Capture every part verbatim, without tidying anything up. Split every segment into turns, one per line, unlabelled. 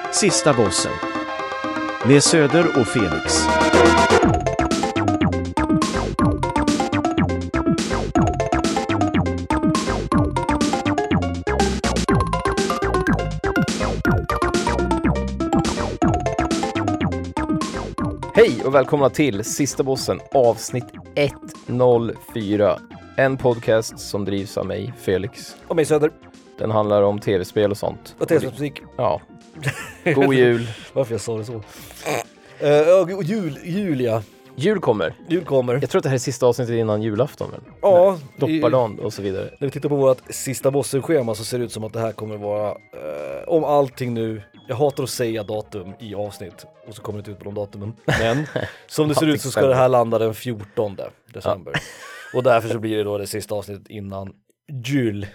Sista bossen. Med Söder och Felix.
Hej och välkomna till Sista bossen, avsnitt etthundrafyra. En podcast som drivs av mig, Felix.
Och mig, Söder.
Den handlar om tv-spel och sånt.
Och tv-spelsmusik.
Ja. God jul.
Varför jag sa det så. Uh, jul, jul, ja.
Jul kommer.
Jul kommer.
Jag tror att det här är sista avsnittet innan julafton. Väl?
Ja.
Doppardagen och så vidare.
När vi tittar på vårt sista bossen-schema så ser det ut som att det här kommer vara uh, om allting nu. Jag hatar att säga datum i avsnitt och så kommer det inte ut på de datumen. Men som det ser ut så ska det här landa den fjortonde december. Ja. Och därför så blir det då det sista avsnittet innan jul.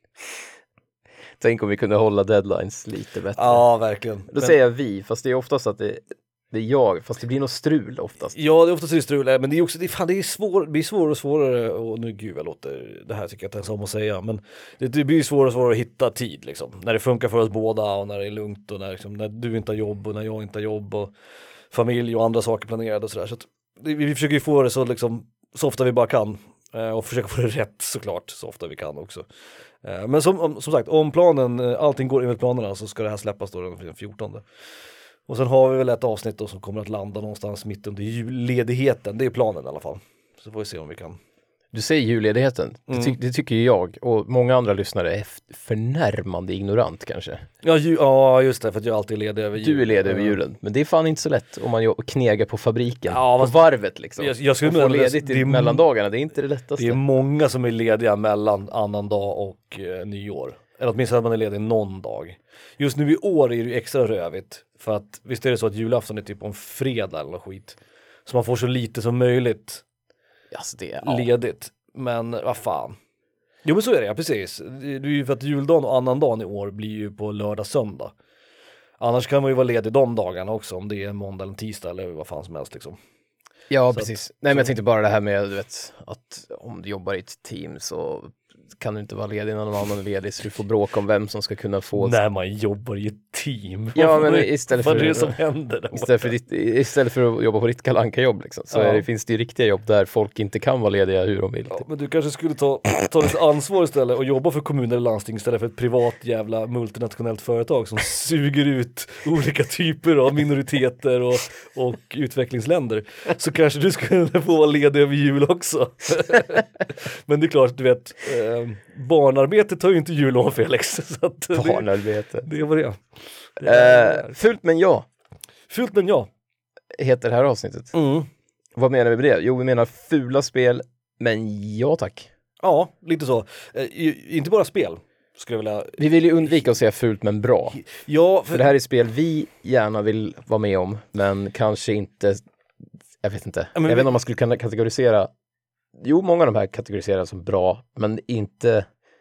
Tänk om vi kunde hålla deadlines lite bättre.
Ja, verkligen.
Då
Men...
säger jag vi, fast det är oftast att det, det är jag. Fast det blir något strul oftast.
Ja, det är oftast strul, men det är också det, fan, det är svår, det blir svårare och svårare. Och nu gud, jag låter det här tycker jag inte ens om att säga. Men det, det blir svårare och svårare att hitta tid liksom. När det funkar för oss båda och när det är lugnt och när, liksom, när du inte har jobb och när jag inte har jobb och familj och andra saker planerade och sådär. Så att det, vi försöker ju få det så, liksom, så ofta vi bara kan. Och försöka få det rätt såklart så ofta vi kan också. Men som, som sagt, om planen, allting går enligt planerna så ska det här släppas då den fjortonde. Och sen har vi väl ett avsnitt då som kommer att landa någonstans mitt under julledigheten. Det är planen i alla fall. Så får vi se om vi kan.
Du säger julledigheten. Mm. Det, ty- det tycker ju jag. Och många andra lyssnare är f- förnärmande ignorant kanske.
Ja, ju- ja, just det. För att jag alltid är ledig över julen.
Du är ledig över julen. Men det är fan inte så lätt om man jo- knegar på fabriken.
Ja,
på varvet liksom.
Jag, jag skulle
och få ledigt i mellandagarna. Det är inte det lättaste.
Det är många som är lediga mellan annan dag och eh, nyår. Eller åtminstone att man är ledig någon dag. Just nu i år är det ju extra rövigt. För att visst är det så att julafton är typ om fredag eller något skit. Så man får så lite som möjligt
alltså det, ja.
ledigt. Men vad fan. Jo men så är det, ja, precis. Det är ju för att juldagen och annan dagen i år blir ju på lördag söndag. Annars kan man ju vara ledig de dagarna också. Om det är en måndag eller en tisdag eller vad fan som helst liksom.
Ja,
så
precis.
Att,
Nej, men
så...
jag tänkte bara det här med, du vet, att om du jobbar i ett team så kan du inte vara ledig när någon annan är ledig så du får bråka om vem som ska kunna få...
När man jobbar i ett team.
Ja, men istället för...
Vad är det som händer där
istället för, ditt, istället för att jobba på ditt kalanka-jobb liksom, så
ja.
är det, finns det ju riktiga jobb där folk inte kan vara lediga hur de vill.
Ja, men du kanske skulle ta, ta lite ansvar istället och jobba för kommuner eller landsting istället för ett privat jävla multinationellt företag som suger ut olika typer av minoriteter och, och utvecklingsländer. Så kanske du skulle få vara ledig över jul också. Men det är klart, du vet, eh, barnarbete tar ju inte jullov, Felix. Så att
barnarbete.
Det, det var det. det är,
eh, fult men ja.
Fult men ja.
Heter det här avsnittet.
Mm.
Vad menar vi med det? Jo, vi menar fula spel, men ja tack.
Ja, lite så. Eh, inte bara spel. Skulle jag vilja...
Vi vill ju undvika att säga fult men bra.
Ja,
för... för det här är spel vi gärna vill vara med om, men kanske inte, jag vet inte. Ja, jag vi... vet inte om man skulle kunna kategorisera. Jo, många av de här kategoriseras som bra, men inte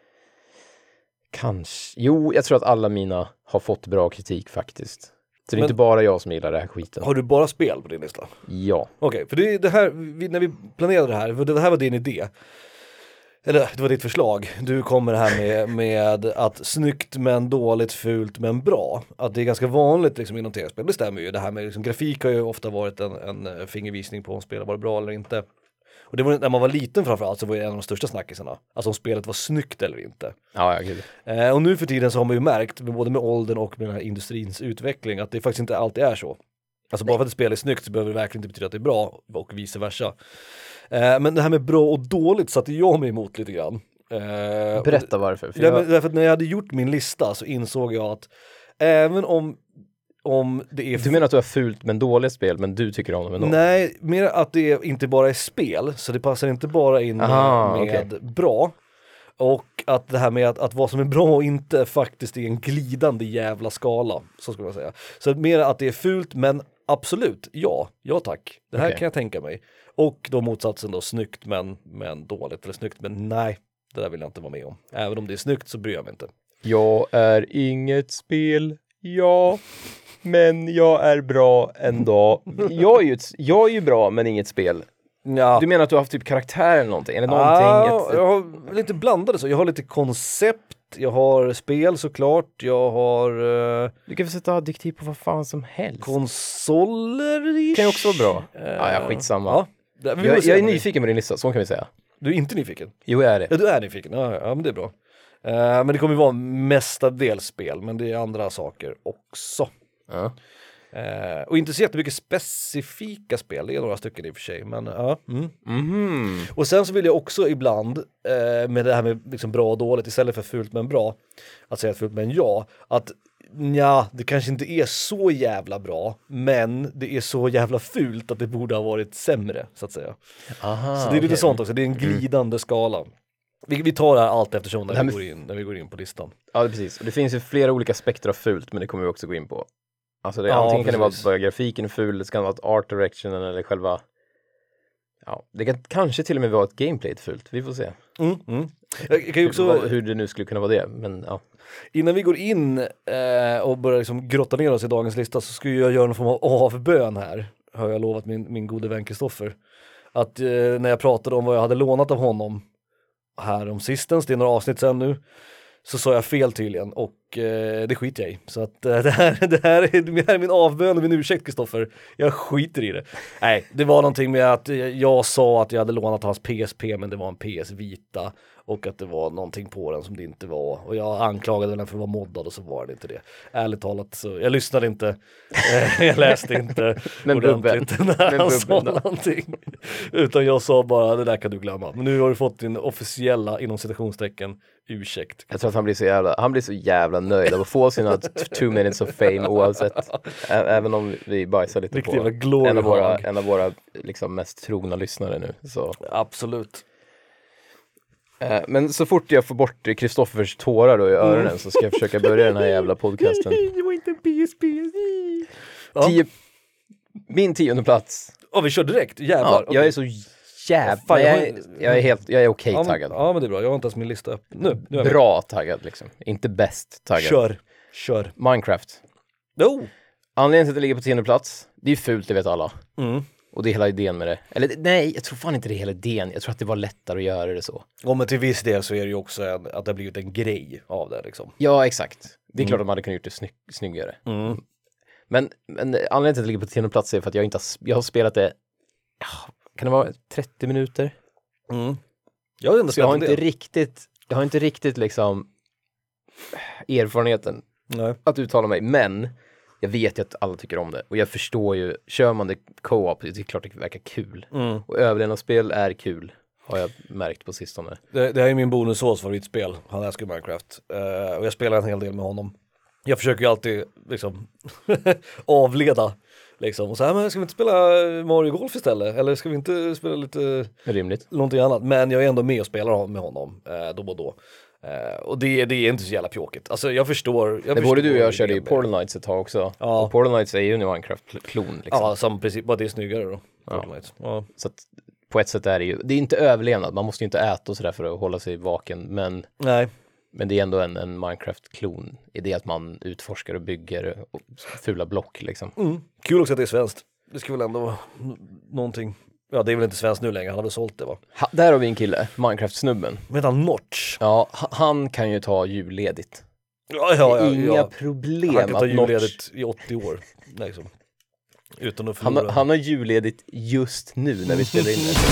kanske. Jo, jag tror att alla mina har fått bra kritik faktiskt. Så det är men... inte bara jag som gillar det här skiten.
Har du bara spel på din lista?
Ja.
Okej, okay, för det, det här, vi, när vi planerade det här, för det här var din idé. Eller det var ditt förslag. Du kommer här med, med att snyggt men dåligt, fult men bra. Att det är ganska vanligt liksom, inom tv-spel. Det stämmer ju. Det här med liksom, grafik har ju ofta varit en, en fingervisning på om spelet var bra eller inte. Och det var när man var liten framförallt så var det en av de största snackisarna. Alltså om spelet var snyggt eller inte.
Ja, ja, gud.
Eh, och nu för tiden så har man ju märkt, både med åldern och med den här industrins utveckling, att det faktiskt inte alltid är så. Alltså bara för att ett spel är snyggt så behöver det verkligen inte betyda att det är bra och vice versa. Eh, men det här med bra och dåligt satte jag mig emot lite grann. Eh,
Berätta varför.
För jag... Därför att när jag hade gjort min lista så insåg jag att även om Om det är...
Du menar att du har fult men dåligt spel, men du tycker om dem ändå?
Nej, mer att det inte bara är spel, så det passar inte bara in
Aha,
med, med
okay.
bra. Och att det här med att, att vad som är bra och inte faktiskt är en glidande jävla skala, så skulle man säga. Så mer att det är fult, men absolut, ja, ja tack. Det här okay. kan jag tänka mig. Och då motsatsen då, snyggt men, men dåligt, eller snyggt men nej, det där vill jag inte vara med om. Även om det är snyggt så bryr jag mig inte.
Jag är inget spel, ja. Men jag är bra ändå. Jag är ju, ett, jag är ju bra, men inget spel. Ja. Du menar att du har haft typ karaktär eller någonting? Eller någonting
ah,
ett, ett...
Jag har lite blandade så. Jag har lite koncept jag har spel såklart, jag har uh,
du kan väl sätta adjektiv på vad fan som helst.
Konsoler.
Kan ju också vara bra. Uh, ja, ja, skitsamma. Ja.
Jag,
jag, jag är nyfiken på din lista, så kan vi säga.
Du är inte nyfiken?
Jo, jag är det.
Ja, du är nyfiken. Ja, ja men det är bra. Uh, men det kommer ju vara mestadels spel, men det är andra saker också.
Ja.
Uh, och inte så jättemycket specifika spel, det är några stycken i och för sig. Men, uh, mm.
Mm.
Och sen så vill jag också ibland, uh, med det här med liksom bra och dåligt, istället för fult men bra, att säga fult men ja, att ja, det kanske inte är så jävla bra, men det är så jävla fult att det borde ha varit sämre, så att säga.
Aha,
så det är lite
okay.
sånt också, det är en glidande mm. skala. Vi, vi tar det här allt eftersom när,
det här
vi
med...
går in, när vi går in på listan.
Ja, precis. Och det finns ju flera olika spektra av fult, men det kommer vi också gå in på. Alltså det,
ja,
antingen
precis.
kan det vara bara grafiken är ful, det kan vara ett art directionen eller själva... Ja, det kan kanske till och med vara ett gameplay fult, vi får se.
Mm, mm. Jag kan ju också...
hur, hur det nu skulle kunna vara det, men ja.
Innan vi går in eh, och börjar liksom grotta ner oss i dagens lista så ska jag göra någon form av avbön här, har jag lovat min, min gode vän Kristoffer. Att eh, när jag pratade om vad jag hade lånat av honom här om sistens, det är några avsnitt sedan nu, så sa jag fel tydligen och eh, det skiter jag i. Så att eh, det, här, det, här är, det här är min avbön och min ursäkt, Kristoffer. Jag skiter i det. Nej, det var någonting med att jag sa att jag hade lånat hans P S P, men det var en P S Vita. Och att det var någonting på den som det inte var. Och jag anklagade den för att vara moddad och så var det inte det. Ärligt talat så, jag lyssnade inte. jag läste inte
men
ordentligt när
men
han sa
då.
någonting. Utan jag sa bara, det där kan du glömma. Men nu har du fått din officiella, inom citationstecken, ursäkt.
Jag tror att han blir så jävla, han blir så jävla nöjd av att få sina two minutes of fame oavsett. Ä- även om vi bajsar lite
Riktigt
på en av våra, en av våra liksom mest trogna lyssnare nu. Så.
Absolut.
Eh, men så fort jag får bort Kristoffers tårar då i öronen mm. så ska jag försöka börja den här jävla podcasten.
Det var inte en P S P.
Ja. Tio, min tionde plats.
Ja, vi kör direkt. Jävlar.
Ja,
okay.
jag är så jävla... Fan, jag, är, jag är helt, jag är okej
ja,
taggad.
Ja, men det är bra. Jag har inte ens min lista upp. Nu, nu är jag
bra taggad liksom. Inte bäst taggad.
Kör, kör.
Minecraft.
No.
Anledningen till att det ligger på tionde plats, det är fult, det vet alla.
Mm.
Och det är hela idén med det. Eller nej, jag tror fan inte det är hela idén. Jag tror att det var lättare att göra det så.
Ja, men till viss del så är det ju också en, att det har blivit en grej av det liksom.
Ja, exakt. Det är
mm.
klart att man hade kunnat gjort det snygg, snyggare.
Mm.
Men, men anledningen till att det ligger på tionde plats är för att jag inte har, jag har spelat det, kan det vara trettio minuter?
Mm. Jag har,
så jag har inte riktigt, jag har inte riktigt liksom erfarenheten
Nej.
att uttala mig, men jag vet ju att alla tycker om det. Och jag förstår ju, kör man det co-op, det är klart det verkar kul.
Mm.
Och överlevnadsspel är kul, har jag märkt på sistone.
Det, det här är min bonussås favoritspel, han älskar Minecraft. Uh, och jag spelar en hel del med honom. Jag försöker ju alltid liksom avleda. Liksom. Och så här, men ska vi inte spela Mario Golf istället? Eller ska vi inte spela lite...
Rimligt.
Någonting annat. Men jag är ändå med och spelar med honom eh, då och då. Eh, och det, det är inte så jävla pjåkigt. Alltså jag förstår... Jag
det
förstår
både du och jag körde ju Portal Knights ett tag också.
Ja.
Och Portal Knights är ju en Minecraft-klon. Liksom.
Ja, som princip. Bara det är snyggare då.
Ja.
Knights. Ja.
Så att på ett sätt är det ju... Det är inte överlevnad. Man måste ju inte äta och sådär för att hålla sig vaken. Men...
Nej.
Men det är ändå en, en Minecraft-klon i det att man utforskar och bygger och fula block liksom.
Mm. Kul också att det är svenskt. Det ska väl ändå vara n- någonting. Ja, det är väl inte svenskt nu längre. Han har väl sålt det, va?
Ha, där har vi en kille, Minecraft-snubben.
Men han Notch.
Ja, ha, han kan ju ta julledigt.
Ja, ja, ja,
Inga
ja.
problem
Han kan ta
att
julledigt i åttio år. Liksom. Utan att
han,
förlora.
han har julledigt just nu när vi spelar in det.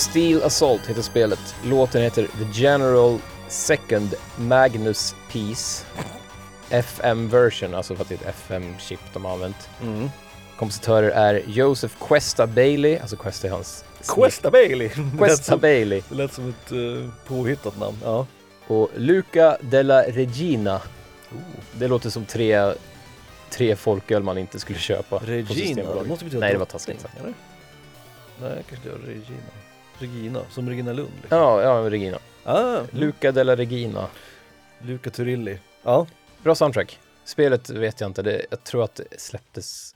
Steel Assault heter spelet. Låten heter The General Second Magnus Piece. F M version, alltså för att det är ett F M-chip de har använt.
Mm.
Kompositörer är Joseph Cuesta Bailey, alltså Cuesta är hans...
Cuesta Bailey!
Cuesta Bailey.
Det lät som ett uh, påhittat namn, ja.
Och Luca della Regina. Oh. Det låter som tre, tre folköl man inte skulle köpa.
Regina? Det måste betyda
Nej, det var taskigt sagt.
Eller? Nej, kanske det var Regina. Regina, som Regina Lund. Liksom.
Ja, ja, Regina.
Ah,
Luca della Regina.
Luca Turilli. Ja.
Bra soundtrack. Spelet vet jag inte. Det, jag tror att det släpptes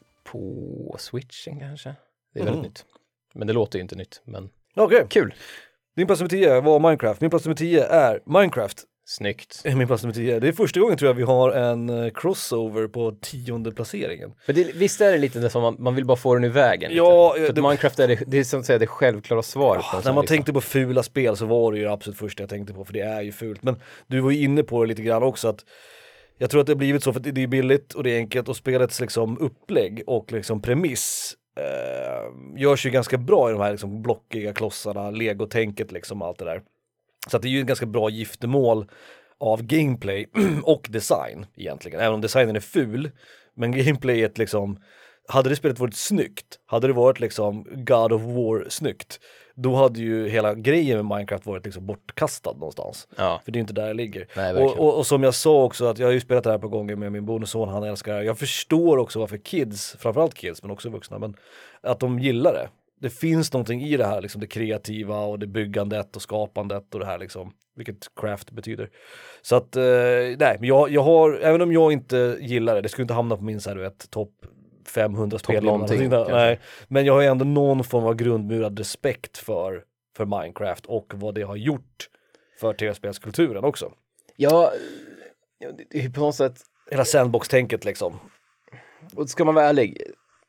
på Switchen kanske. Det är väldigt
Mm.
nytt. Men det låter ju inte nytt. Men
Okej. Okay.
kul.
Din plats nummer tio var Minecraft. Min plats nummer tio är Minecraft.
Snyggt.
Min plats nummer tio. Det är första gången tror jag vi har en uh, crossover på tionde placeringen.
Men det, visst är det lite det som man, man vill bara få den i vägen.
Ja,
lite. För
det,
Minecraft är det, det är som att säga det självklara svaret.
Oh, när man lista. tänkte på fula spel så var det ju absolut första jag tänkte på, för det är ju fult. Men du var ju inne på det lite grann också, att jag tror att det har blivit så för att det är billigt och det är enkelt, och spelets liksom upplägg och liksom premiss eh, görs ju ganska bra i de här liksom blockiga klossarna, legotänket liksom, allt det där. Så att det är ju en ganska bra giftermål av gameplay och design egentligen, även om designen är ful, men gameplayet liksom, hade det spelet varit snyggt, hade det varit liksom God of War snyggt, då hade ju hela grejen med Minecraft varit liksom bortkastad någonstans.
Ja.
För det är inte där det ligger.
Nej,
och, och, och som jag sa också, att jag har ju spelat det här på gånger med min bonusson, han älskar det här. Jag förstår också varför kids, framförallt kids men också vuxna, men att de gillar det. Det finns någonting i det här, liksom det kreativa och det byggandet och skapandet och det här liksom, vilket craft betyder. Så att, eh, nej, men jag, jag har, även om jag inte gillar det, det skulle inte hamna på min så här, du vet, topp femhundra spel.
Någonting,
nej, men jag har ändå någon form av grundmurad respekt för, för Minecraft och vad det har gjort för tv-spelskulturen också.
Ja, det är på något sätt...
Hela sandbox-tänket liksom.
Och ska man vara ärlig,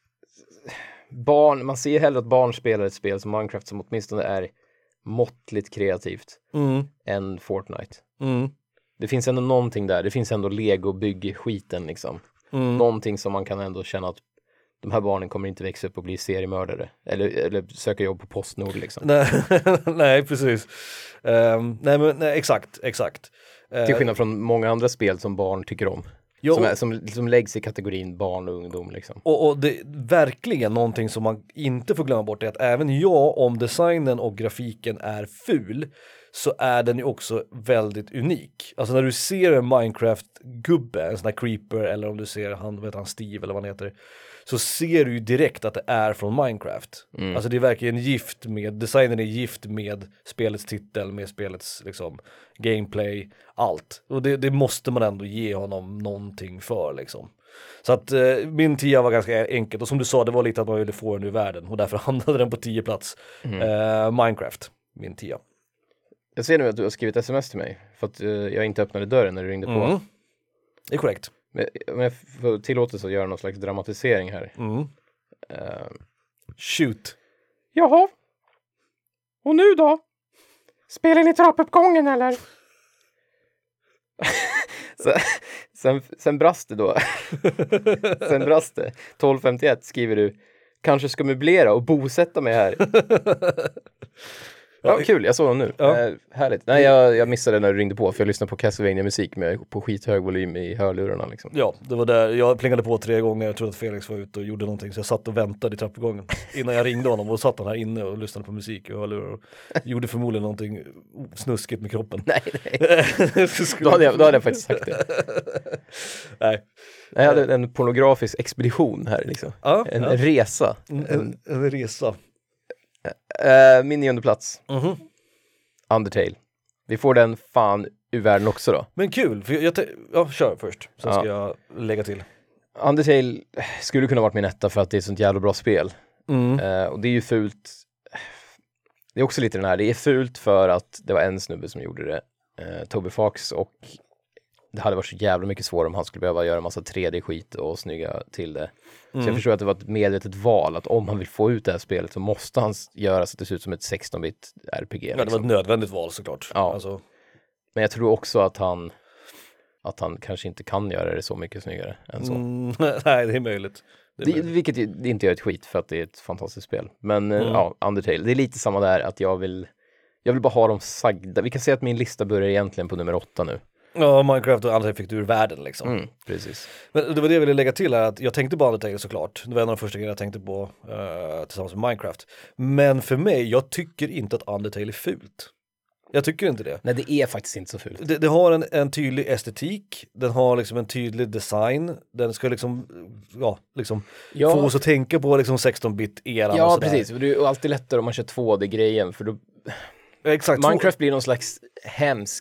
barn, man ser hellre att barn spelar ett spel som Minecraft som åtminstone är måttligt kreativt
Mm.
än Fortnite.
Mm.
Det finns ändå någonting där, det finns ändå Lego-bygg-skiten liksom.
Mm.
Någonting som man kan ändå känna att de här barnen kommer inte växa upp och bli seriemördare. Eller, eller söka jobb på Postnord liksom.
Nej, nej precis. Um, nej, men nej, exakt, exakt. Uh,
Till skillnad från många andra spel som barn tycker om.
Jo,
som, är, som, som läggs i kategorin barn och ungdom liksom.
Och, och det verkligen någonting som man inte får glömma bort är att även jag, om designen och grafiken är ful, så är den ju också väldigt unik. Alltså när du ser en Minecraft-gubbe, en sån här creeper, eller om du ser han, vet han, Steve eller vad han heter, så ser du ju direkt att det är från Minecraft. Mm. Alltså det är verkligen gift med, designen är gift med spelets titel, med spelets liksom gameplay, allt. Och det, det måste man ändå ge honom någonting för liksom. Så att eh, min tia var ganska enkelt, och som du sa, det var lite att man ville få den ur världen, och därför hamnade den på tio plats. Mm. Eh, Minecraft, min tia.
Jag ser nu att du har skrivit sms till mig, för att eh, jag inte öppnade dörren när du ringde på.
Mm. Det är korrekt.
Men, men jag får tillåtelse att göra någon slags dramatisering här.
Mm.
Uh,
Shoot.
Jaha. Och nu då? Spelar ni trappuppgången eller? Så, sen, sen brast det då. sen brast det. tolv femtioett skriver du. Kanske ska möblera och bosätta mig här. Ja, kul, jag såg den nu.
Ja.
Eh, härligt. Nej, jag, jag missade när du ringde på, för jag lyssnade på Castlevania-musik med, på skithög volym i hörlurarna. Liksom.
Ja, det var där. Jag plingade på tre gånger. Jag trodde att Felix var ute och gjorde någonting, så jag satt och väntade i trappuppgången innan jag ringde honom, och satt han här inne och lyssnade på musik och hörlurar och gjorde förmodligen någonting snuskigt med kroppen.
Nej, nej. då, hade jag, då hade jag faktiskt sagt det.
Nej.
Jag hade en pornografisk expedition här liksom.
Ja,
en
ja.
resa.
En, en, en resa.
Uh, min nionde plats.
Mm-hmm.
Undertale. Vi får den fan ur världen också då.
Men kul, för jag, jag te- ja, kör först, sen
ja.
ska jag lägga till.
Undertale skulle kunna varit min etta för att det är ett sånt jävla bra spel.
Mm.
Uh, och det är ju fult. Det är också lite den här, det är fult för att det var en snubbe som gjorde det. Uh, Toby Fox, och det hade varit så jävla mycket svårare om han skulle behöva göra massa tre D-skit och snygga till det. Så
Mm.
jag förstår att det var ett medvetet val, att om han vill få ut det här spelet så måste han göra så att det ser ut som ett sexton-bit R P G.
Ja, det var
liksom.
ett nödvändigt val såklart.
Ja.
Alltså.
Men jag tror också att han att han kanske inte kan göra det så mycket snyggare än så.
Mm, nej, det är möjligt.
Det, det, vilket ju- det inte gör ett skit för att det är ett fantastiskt spel. Men eh,
Mm.
ja, Undertale, det är lite samma där att jag vill jag vill bara ha dem sagda. Vi kan säga att min lista börjar egentligen på nummer åtta nu.
Ja, Minecraft och Undertale fick du ur världen liksom.
Mm, precis.
Men det var det jag ville lägga till här, att jag tänkte på Undertale såklart. Det var en av de första grejerna jag tänkte på uh, tillsammans med Minecraft. Men för mig, jag tycker inte att Undertale är fult. Jag tycker inte det.
Nej, det är faktiskt inte så fult.
Det, det har en, en tydlig estetik, den har liksom en tydlig design, den ska liksom, ja, liksom
Ja.
få oss att tänka på liksom sexton-bit-eran och
Ja,
sådär.
precis. För det är ju alltid lättare om man kör två D-grejen, för då
Exakt.
Minecraft blir någon slags hemsk,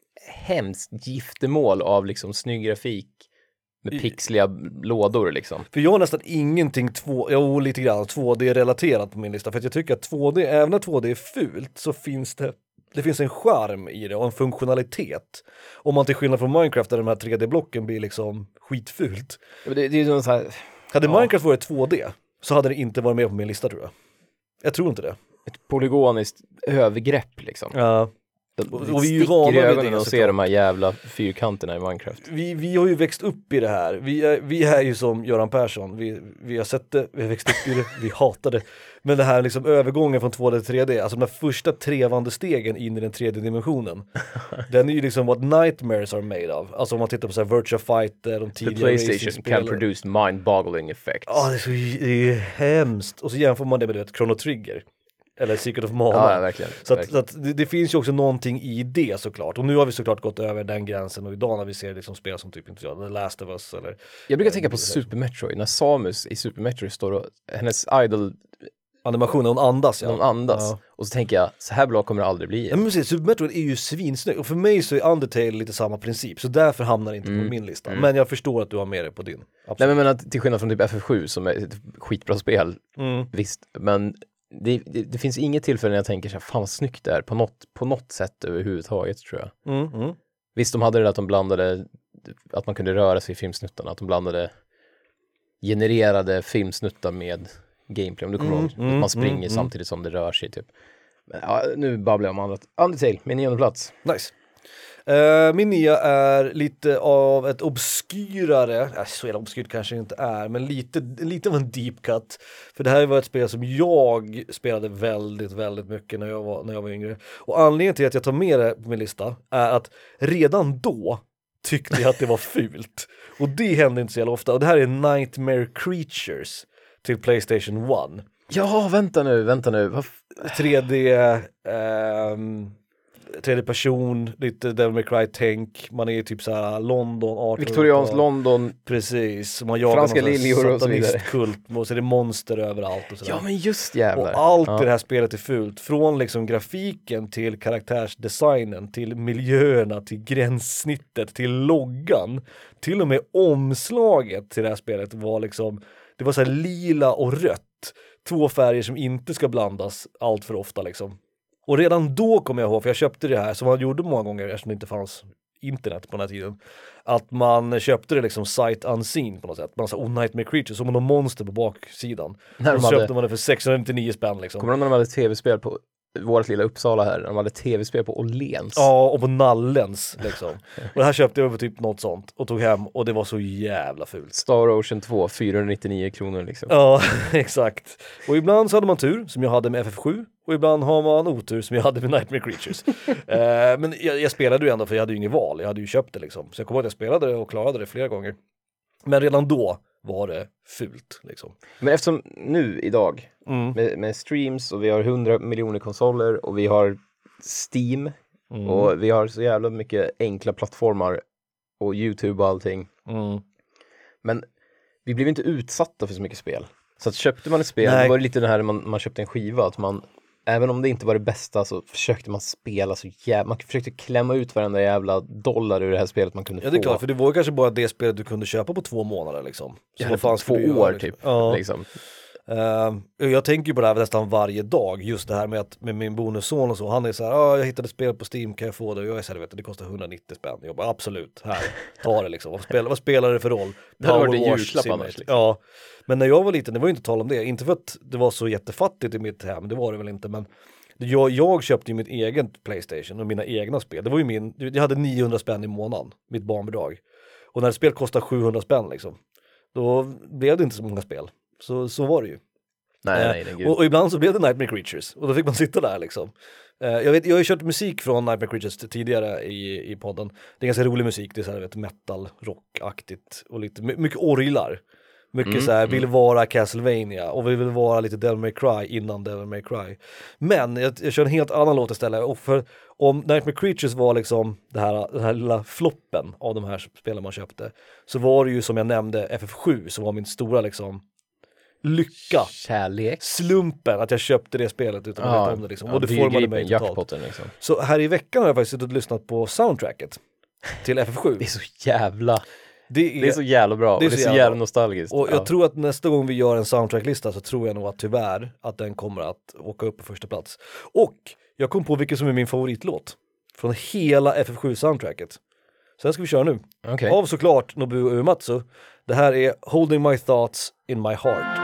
hemskt giftermål av liksom snygg grafik med
I-
pixliga lådor liksom.
För jag har nästan ingenting två, jo lite grann två D-relaterat på min lista, för att jag tycker att två D, även när två D är fult så finns det det finns en charm i det och en funktionalitet. Om man till skillnad från Minecraft där de här tre D-blocken blir liksom skitfult.
Det, det är ju någon så här,
Hade
Ja.
Minecraft varit två D så hade det inte varit med på min lista tror jag. Jag tror inte det.
ett polygoniskt övergrepp liksom.
Ja.
Det,
Och-
det
och vi är ju
sticker
vana
i
vid
ögonen
det,
och se
såklart.
de här jävla fyrkanterna i Minecraft.
Vi, vi har ju växt upp i det här. Vi är, vi är ju som Göran Persson. Vi, vi har sett det, vi har växt upp i det, vi hatar det. Men det här liksom övergången från två D till tre D, alltså de här första trevande stegen in i den tredje dimensionen. Den är ju liksom what nightmares are made of. Alltså om man tittar på så här Virtua Fighter, de
The
tidiga
PlayStation
racingspelen.
can produce mind-boggling effects.
Ja, det är så det är ju hemskt. Och så jämför man det med du vet, Chrono Trigger. Eller Secret of Mana.
Ja, ja, verkligen.
Så, att,
verkligen.
så att det, det finns ju också någonting i det såklart. Och nu har vi såklart gått över den gränsen och idag när vi ser liksom spel som typ inte jag, The Last of Us eller...
Jag brukar
eh,
tänka på
det-
Super Metroid, när Samus i Super Metroid står och hennes idol,
Animationen, hon andas ja.
någon andas.
Ja.
Och så tänker jag, så här bra kommer det aldrig bli.
Ja men precis, Super Metroid är ju svinsnygg och för mig så är Undertale lite samma princip så därför hamnar det inte
Mm.
på min lista.
Mm.
Men jag förstår att du har med det på din.
Nej
Absolut.
men jag menar, till skillnad från typ F F sju som är ett skitbra spel,
Mm.
visst, men det, det, det finns inget tillfälle när jag tänker så här, fan vad snyggt det är på något, på något sätt överhuvudtaget tror jag.
Mm. Mm.
Visst, de hade det att de blandade, att man kunde röra sig i filmsnuttarna, att de blandade genererade filmsnuttar med gameplay, om du kommer
Mm,
ihåg. Att
mm,
man springer
mm, mm.
samtidigt som det rör sig typ. Men, ja, nu babblar jag om annat. Undertale, min nionde plats.
Nice. Uh, min nya är lite av ett obskyrare, äh, så jävla obskyrt kanske det inte är, men lite, lite av en deep cut. För det här var ett spel som jag spelade väldigt, väldigt mycket när jag var, när jag var yngre. Och anledningen till att jag tar med det på min lista är att redan då tyckte jag att det var fult. Och det hände inte så jävla ofta. Och det här är Nightmare Creatures till PlayStation one.
Ja, vänta nu, vänta nu. Vad f-
tre D, ehm, tredje person, lite Devil May Cry-tänk, man är typ såhär London, arton
Viktorians London.
precis, man jagar
Franska
någon sån här
liljor och så vidare.
satanistkult, och så är det monster överallt och sådär.
Ja, men just jävlar.
Och allt
ja.
i det här spelet är fult, från liksom grafiken till karaktärsdesignen, till miljöerna, till gränssnittet, till loggan, till och med omslaget till det här spelet var liksom, det var så här lila och rött, två färger som inte ska blandas allt för ofta liksom. Och redan då kommer jag ihåg, för jag köpte det här som man gjorde många gånger eftersom det inte fanns internet på den här tiden, att man köpte det liksom sight unseen på något sätt. Man sa, oh, Nightmare Creatures, som någon monster på baksidan.
När
Och
de
så
hade-
köpte man det för sexhundranittionio spänn liksom.
Kommer du ihåg när de hade tv-spel på vårt lilla Uppsala här? De hade tv-spel på Åhléns.
Ja, och på Nallens liksom. Och det här köpte jag för typ något sånt och tog hem och det var så jävla fult.
Star Ocean två, fyrahundranittionio kronor liksom.
Ja, exakt. Och ibland så hade man tur, som jag hade med F F sju, och ibland har man otur, som jag hade med Nightmare Creatures. eh, men jag, jag spelade ju ändå, för jag hade ju ingen val, jag hade ju köpt det liksom. Så jag kommer ihåg att jag spelade det och klarade det flera gånger. Men redan då var det fult liksom.
Men eftersom nu idag
Mm.
med, med streams och vi har hundra miljoner konsoler och vi har Steam
Mm.
och vi har så jävla mycket enkla plattformar och YouTube och allting.
Mm.
Men vi blev inte utsatta för så mycket spel. Så att köpte man ett spel,
Nej.
det var det lite det här när man, man köpte en skiva, att man, även om det inte var det bästa, så försökte man spela så jävla, man försökte klämma ut varenda jävla dollar ur det här spelet man kunde
Ja,
få.
det är klart, för det var kanske bara det spelet du kunde köpa på två månader liksom. Så
Ja,
vad fan
två
skulle du
år
göra,
typ.
liksom? Ja.
Liksom.
Uh, jag tänker ju på det här nästan varje dag, just det här med att med min bonusson och så, han är så här, ah, jag hittade spel på Steam, kan jag få det? Och jag är så här, vet du, det kostar hundranittio spänn. Jag bara, absolut, här, ta det liksom. Vad spelar, vad spelar det för roll?
Det hade varit en
Wash
julklapp
Simulator.
annars, liksom.
Ja, men när jag var liten, det var ju inte tal om det, inte för att det var så jättefattigt i mitt hem, det var det väl inte, men jag, jag köpte ju mitt eget PlayStation och mina egna spel. Det var ju min, jag hade niohundra spänn i månaden, mitt barnbidrag. Och när ett spel kostar sjuhundra spänn liksom, då blev det inte så många spel. Så, så var det ju.
Nej,
eh,
nej, nej, gud.
och, och ibland så blev det Nightmare Creatures och då fick man sitta där liksom. eh, jag, vet, jag har ju kört musik från Nightmare Creatures tidigare i, i podden. Det är ganska rolig musik, det är så här, vet, metal, rockaktigt och lite, mycket orglar. Mycket
Mm,
så här,
mm.
vill vara Castlevania och vi vill vara lite Devil May Cry innan Devil May Cry. Men jag, jag kör en helt annan låt istället. Och för om Nightmare Creatures var liksom det här, den här lilla floppen av de här spelen man köpte, så var det ju som jag nämnde F F sju som var min stora liksom lycka.
Kärlek.
Slumpen att jag köpte det spelet utan att
Ja,
veta om det liksom.
ja,
Och det formade mig totalt.
jackpotten liksom.
Så här i veckan har jag faktiskt suttit och lyssnat på soundtracket till F F sju.
Det är så jävla,
Det är,
det är så jävla bra,
det är
och det är
så
så
jävla
jävla
bra.
nostalgiskt.
Och jag
ja.
tror att nästa gång vi gör en soundtracklista så tror jag nog att tyvärr att den kommer att åka upp på första plats. Och jag kom på vilken som är min favoritlåt från hela F F sju-soundtracket. Sen ska vi köra nu.
Okej.
Av såklart Nobuo Uematsu. Det här är Holding My Thoughts in My Heart.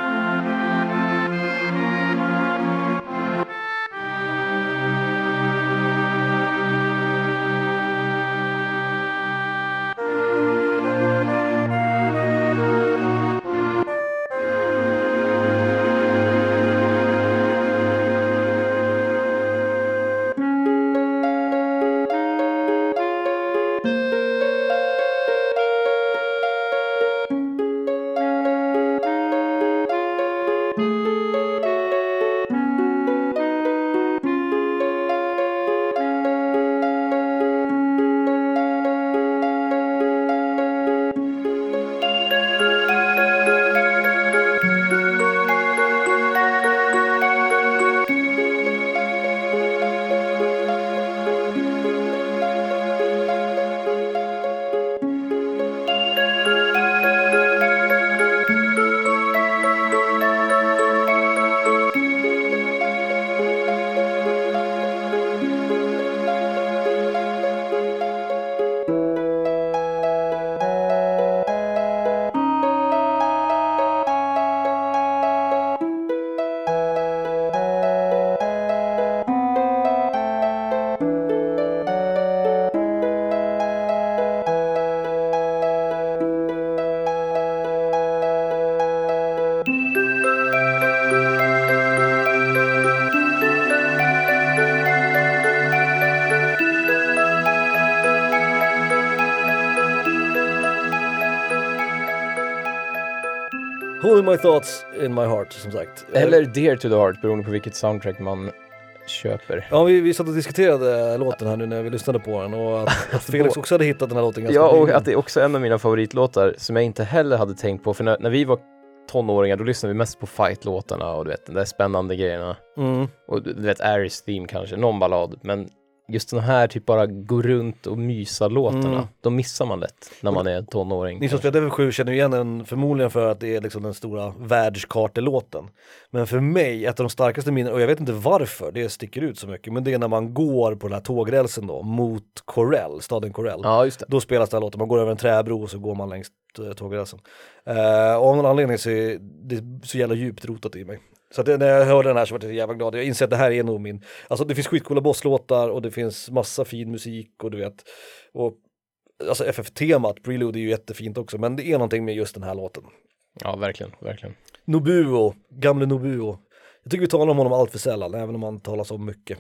Holding My Thoughts in My Heart, som sagt.
Eller Dear to the Heart, beroende på vilket soundtrack man köper.
Ja, vi, vi satt och diskuterade låten här nu när vi lyssnade på den och att, att Felix också hade hittat den här låten ganska
Ja, och
nyligen.
att det är också en av mina favoritlåtar som jag inte heller hade tänkt på, för när, när vi var tonåringar då lyssnade vi mest på fight-låtarna och du vet, de där spännande grejerna.
Mm.
Och du vet, Aris Theme kanske, någon ballad, men just den här typ bara gå runt och mysa låtarna,
Mm.
de missar man lätt när man är tonåring.
Ni som spelar Devil sju känner ju igen den förmodligen för att det är liksom den stora världskartelåten. Men för mig, ett av de starkaste minnen, och jag vet inte varför det sticker ut så mycket, men det är när man går på den här tågrälsen då, mot Corell, staden Corell.
Ja, just det.
Då spelas den här låten, man går över en träbro och så går man längs uh, tågrälsen. Uh, och av någon anledning så är det så jävla djupt rotat i mig. Så att det, när jag hörde den här så var jag så jävla glad. Jag inser att det här är nog min, alltså det finns skitcoola bosslåtar och det finns massa fin musik och du vet, och alltså F F-temat, Prelude är ju jättefint också, men det är någonting med just den här låten.
Ja, verkligen, verkligen.
Nobuo, gamle Nobuo. Jag tycker vi talar om honom allt för sällan, även om han talar så mycket.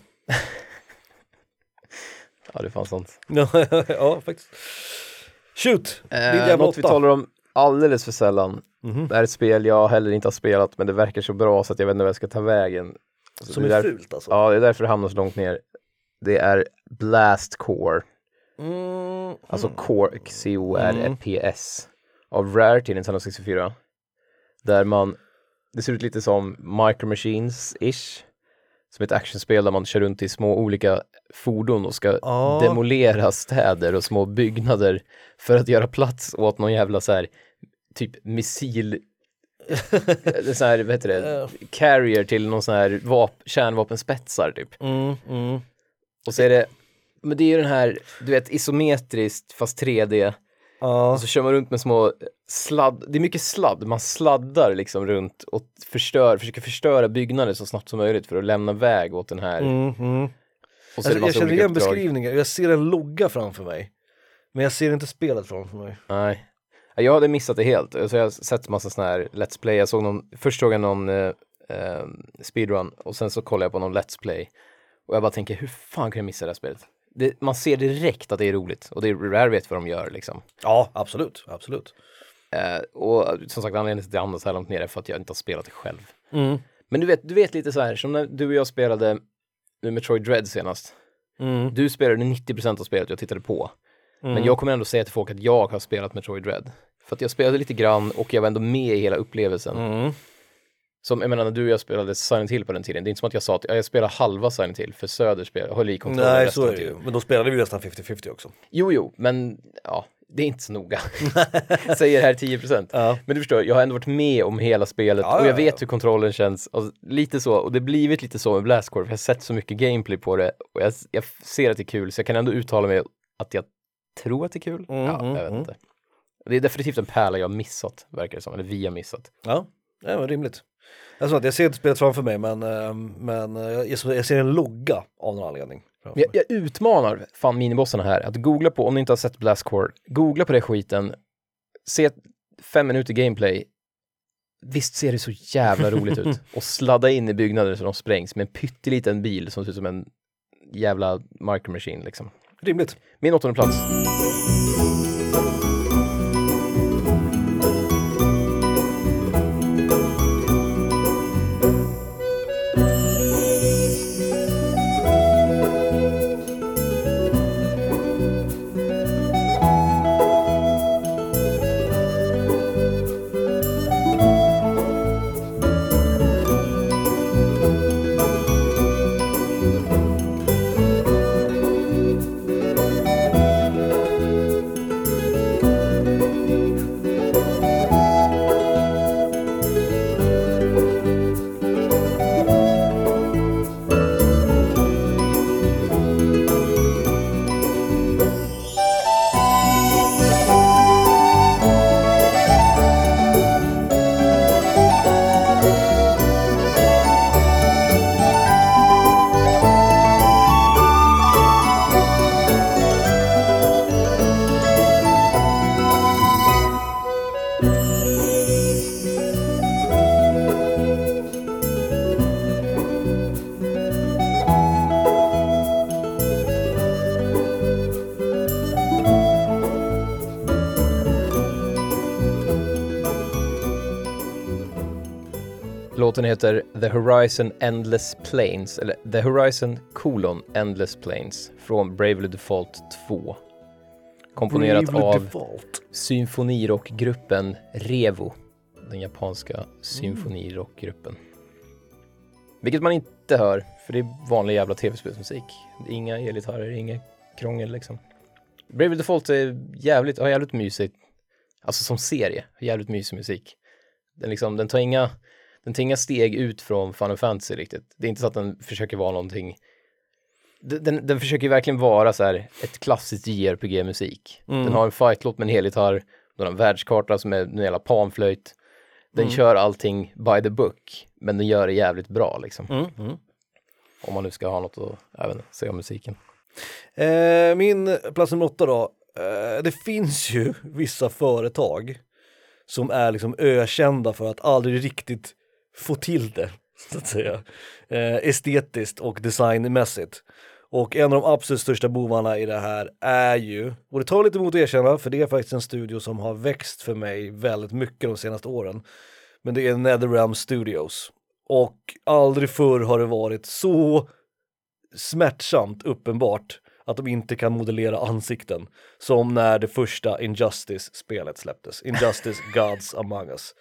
Ja, det fanns sånt.
Ja, ja, faktiskt. Shoot! Din
Eh,
jävla
något vi
åtta.
talar om alldeles för sällan.
Mhm.
Det här är ett spel jag heller inte har spelat, men det verkar så bra så att jag vet inte vad jag ska ta vägen. Så
Som
det
är
därför,
fult alltså.
Ja, det är därför det hamnar så långt ner. Det är Blast Core.
Mm,
Alltså
mm.
Core, C O R E P S. Av Rare till Nintendo sextiofyra. Där man, det ser ut lite som Micro Machines-ish. Som ett actionspel där man kör runt i små olika fordon och ska
Ja.
demolera städer och små byggnader för att göra plats åt någon jävla så här typ missil så här, vad heter det, carrier till någon sån här vap- kärnvapenspetsar typ.
Mm, mm.
Och så är det, men det är ju den här, du vet, isometriskt fast tre D.
Ja.
Och så kör man runt med små sladd, det är mycket sladd, man sladdar liksom runt och förstör, försöker förstöra byggnader så snabbt som möjligt för att lämna väg åt den här.
Mm, mm.
Och så är
Alltså,
det
jag
massa
känner
olika
igen
uppdrag.
beskrivningen, jag ser en logga framför mig. Men jag ser inte spelet framför mig.
Nej. Jag hade missat det helt. Så jag har sett massa sån här Let's Play. Jag såg någon, först såg jag någon eh, eh, speedrun och sen så kollade jag på någon Let's Play. Och jag bara tänker, hur fan kan jag missa det här spelet? Det, man ser direkt att det är roligt. Och det är Rare vet vad de gör liksom.
Ja, absolut. absolut.
Eh, och som sagt, anledningen till att jag hamnade så här långt ner är för att jag inte har spelat det själv.
Mm.
Men du vet, du vet lite så här, som när du och jag spelade nu Metroid Dread senast.
Mm.
Du spelade nittio procent av spelet jag tittade på.
Mm.
Men jag kommer ändå säga till folk att jag har spelat Metroid Dread. För att jag spelade lite grann och jag var ändå med i hela upplevelsen.
Mm.
Som, jag menar, när du och jag spelade Silent Hill på den tiden. Det är inte som att jag sa att jag spelar halva Silent Hill för Söder spel. Jag höll i kontrollen.
Nej, så är det ju. Men då spelade vi nästan femtio femtio också.
Jo, jo, men ja, det är inte så noga. Säger här tio procent.
Ja.
Men du förstår, jag har ändå varit med om hela spelet.
Ja,
och jag
ja,
vet
ja.
hur kontrollen känns. Och lite så, och det har blivit lite så med Blast Corps. För jag har sett så mycket gameplay på det. Och jag, jag ser att det är kul. Så jag kan ändå uttala mig att jag tror att det är kul.
Mm,
ja,
mm,
jag vet
mm.
inte. Det är definitivt en pärla jag har missat, verkar det som. Eller vi har missat.
Ja, det var rimligt. Alltså, jag ser inte spelet framför mig, men, eh, men eh, jag, jag ser en logga av någon anledning.
Jag, jag utmanar fan minibossarna här att googla på, om ni inte har sett Blast Corps, googla på det skiten, se fem minuter gameplay. Visst ser det så jävla roligt ut. Och sladda in i byggnader så de sprängs med en pytteliten bil som ser ut som en jävla micro machine liksom.
Rimligt.
Min åttonde plats. Låten heter The Horizon Endless Plains, eller The Horizon colon Endless Plains från Bravely Default två. Komponerat
Bravely
av
Default.
symfonirockgruppen Revo, den japanska symfonirockgruppen. Vilket man inte hör, för det är vanlig jävla tv-spelsmusik. Det är inga elgitarrer, inga krångel liksom. Bravely Default är jävligt, har jävligt mysigt, alltså som serie, har jävligt mysig musik. Den, liksom, den tar inga Den tar inga steg ut från Final Fantasy riktigt. Det är inte så att den försöker vara någonting. Den, den försöker verkligen vara så här ett klassiskt J R P G-musik.
Mm.
Den har en fightlåt med en helgitarr. Den har en världskarta som är en jävla panflöjt. Den
Mm.
kör allting by the book. Men den gör det jävligt bra liksom.
Mm. Mm.
Om man nu ska ha något att jag vet inte, säga om musiken.
Eh, min plats nummer åtta då. Eh, det finns ju vissa företag som är liksom ökända för att aldrig riktigt få till det, så att säga. Eh, estetiskt och designmässigt. Och en av de absolut största bovarna i det här är ju, och det tar lite emot att erkänna, för det är faktiskt en studio som har växt för mig väldigt mycket de senaste åren. Men det är NetherRealm Studios. Och aldrig förr har det varit så smärtsamt uppenbart att de inte kan modellera ansikten som när det första Injustice-spelet släpptes. Injustice Gods Among Us.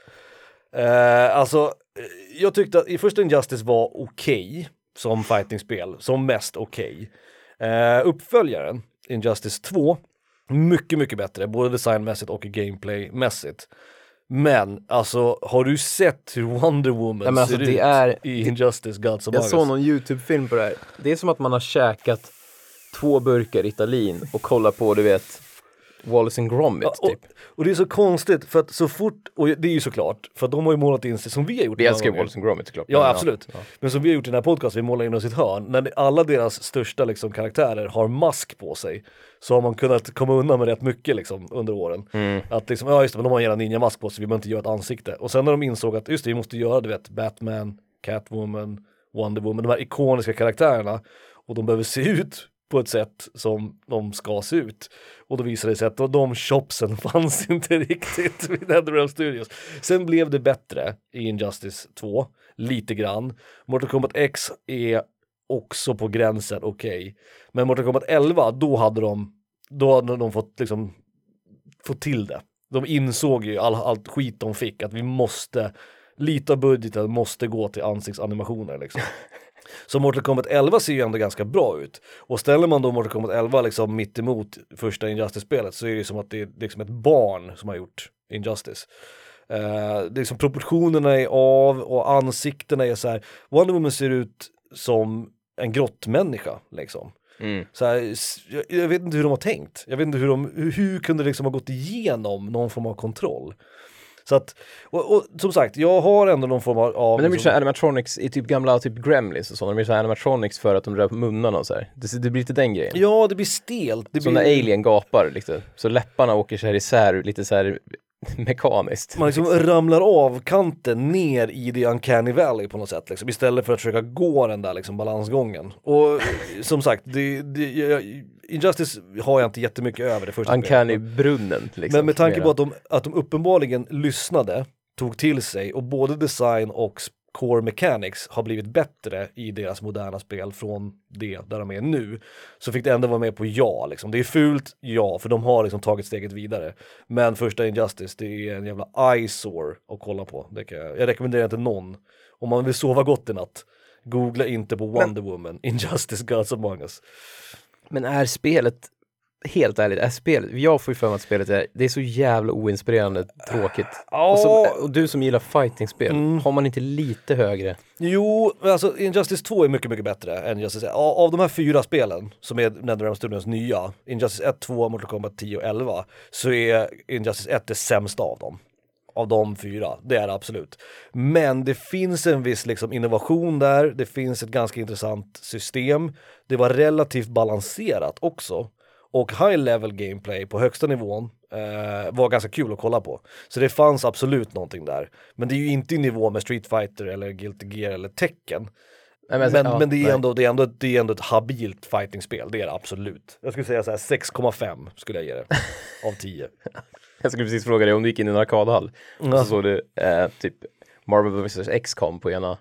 Eh, alltså, jag tyckte att i första Injustice var okej okay, som fightingspel, som mest okej. Okay. Eh, uppföljaren, Injustice två, mycket, mycket bättre, både designmässigt och gameplaymässigt. Men, alltså, har du sett hur Wonder Woman
ja, men alltså,
ser
det
ut
är,
i Injustice Gods Among Us?
Jag såg någon YouTube-film på det här. Det är som att man har käkat två burkar Italin och kollar på, du vet, Wallace and Gromit
Ja, och,
typ.
och det är så konstigt för att så fort, och det är ju såklart, för att de har ju målat in sig som vi har gjort.
Vi älskar ju Wallace and Gromit såklart.
Ja,
Men,
absolut.
Ja.
Men som vi har gjort i den här podcasten, vi målar in oss i ett hörn. När alla deras största liksom, karaktärer har mask på sig, så har man kunnat komma undan med rätt mycket liksom, under åren.
Mm.
Att liksom, ja just det, men de har en jävla ninja-mask på sig, vi behöver inte göra ett ansikte. Och sen när de insåg att just det, vi måste göra, du vet, Batman, Catwoman, Wonder Woman, de här ikoniska karaktärerna, och de behöver se ut på ett sätt som de ska se ut. Och då visade det sig att de shopsen fanns inte riktigt vid NetherRealm Studios. Sen blev det bättre i Injustice två, lite grann. Mortal Kombat X är också på gränsen okej. Okay. Men Mortal Kombat elva, då hade de då hade de fått liksom fått till det. De insåg ju all, allt skit de fick, att vi måste, lite av budgeten måste gå till ansiktsanimationer liksom. Så Mortal Kombat elva ser ju ändå ganska bra ut. Och ställer man då Mortal Kombat elva liksom mitt emot första Injustice-spelet, så är det som att det är liksom ett barn som har gjort Injustice. Uh, det är som proportionerna är av och ansiktena är så här. Wonder Woman ser ut som en grottmänniska liksom. Mm. Så här, jag, jag vet inte hur de har tänkt. Jag vet inte hur de, hur, hur kunde det liksom ha gått igenom någon form av kontroll. Så att, och, och som sagt, jag har ändå någon form av...
Men det blir
liksom,
så animatronics i typ gamla typ Gremlins och så. De blir så animatronics för att de rör på munnarna och så här. Det, det blir lite den grejen.
Ja, det blir stelt. Det
som
blir...
när Alien gapar liksom. Så läpparna åker så här isär lite så här mekaniskt.
Man liksom ramlar av kanten ner i the uncanny valley på något sätt liksom, istället för att försöka gå den där liksom balansgången. Och som sagt, det, det, jag, Injustice har jag inte jättemycket över det första
uncanny brunnen liksom.
Men med tanke på att de, att de uppenbarligen lyssnade, tog till sig, och både design och core mechanics har blivit bättre i deras moderna spel från det där de är nu, så fick det ändå vara med på ja liksom. Det är fult, ja, för de har liksom tagit steget vidare. Men första Injustice, det är en jävla eyesore att kolla på. Det kan jag, jag rekommenderar inte någon. Om man vill sova gott i natt, googla inte på Wonder Men... Woman, Injustice Gods Among Us.
Men är spelet, helt ärligt, är spelet, jag får ju för mig att spelet är, det är så jävla oinspirerande, tråkigt.
Oh.
Och, så, och du som gillar fighting-spel,
mm.
har man inte lite högre?
Jo, alltså Injustice två är mycket, mycket bättre än Injustice ett. Av, av de här fyra spelen som är NetherRealm Studios nya, Injustice ett, två, Mortal Kombat tio och elva, så är Injustice ett det sämsta av dem. Av de fyra, det är det absolut. Men det finns en viss liksom, innovation där, det finns ett ganska intressant system, det var relativt balanserat också. Och high level gameplay på högsta nivån eh, var ganska kul att kolla på. Så det fanns absolut någonting där. Men det är ju inte i nivå med Street Fighter eller Guilty Gear eller Tekken. Nej, men, men, ja, men det, är ändå, det, är ändå, det är ändå ett habilt fightingspel, det är det absolut. Jag skulle säga så här sex komma fem skulle jag ge det av tio.
Jag skulle precis fråga dig om du gick in i en arkadhall mm. och så såg du eh, typ Marvel versus. X COM på ena.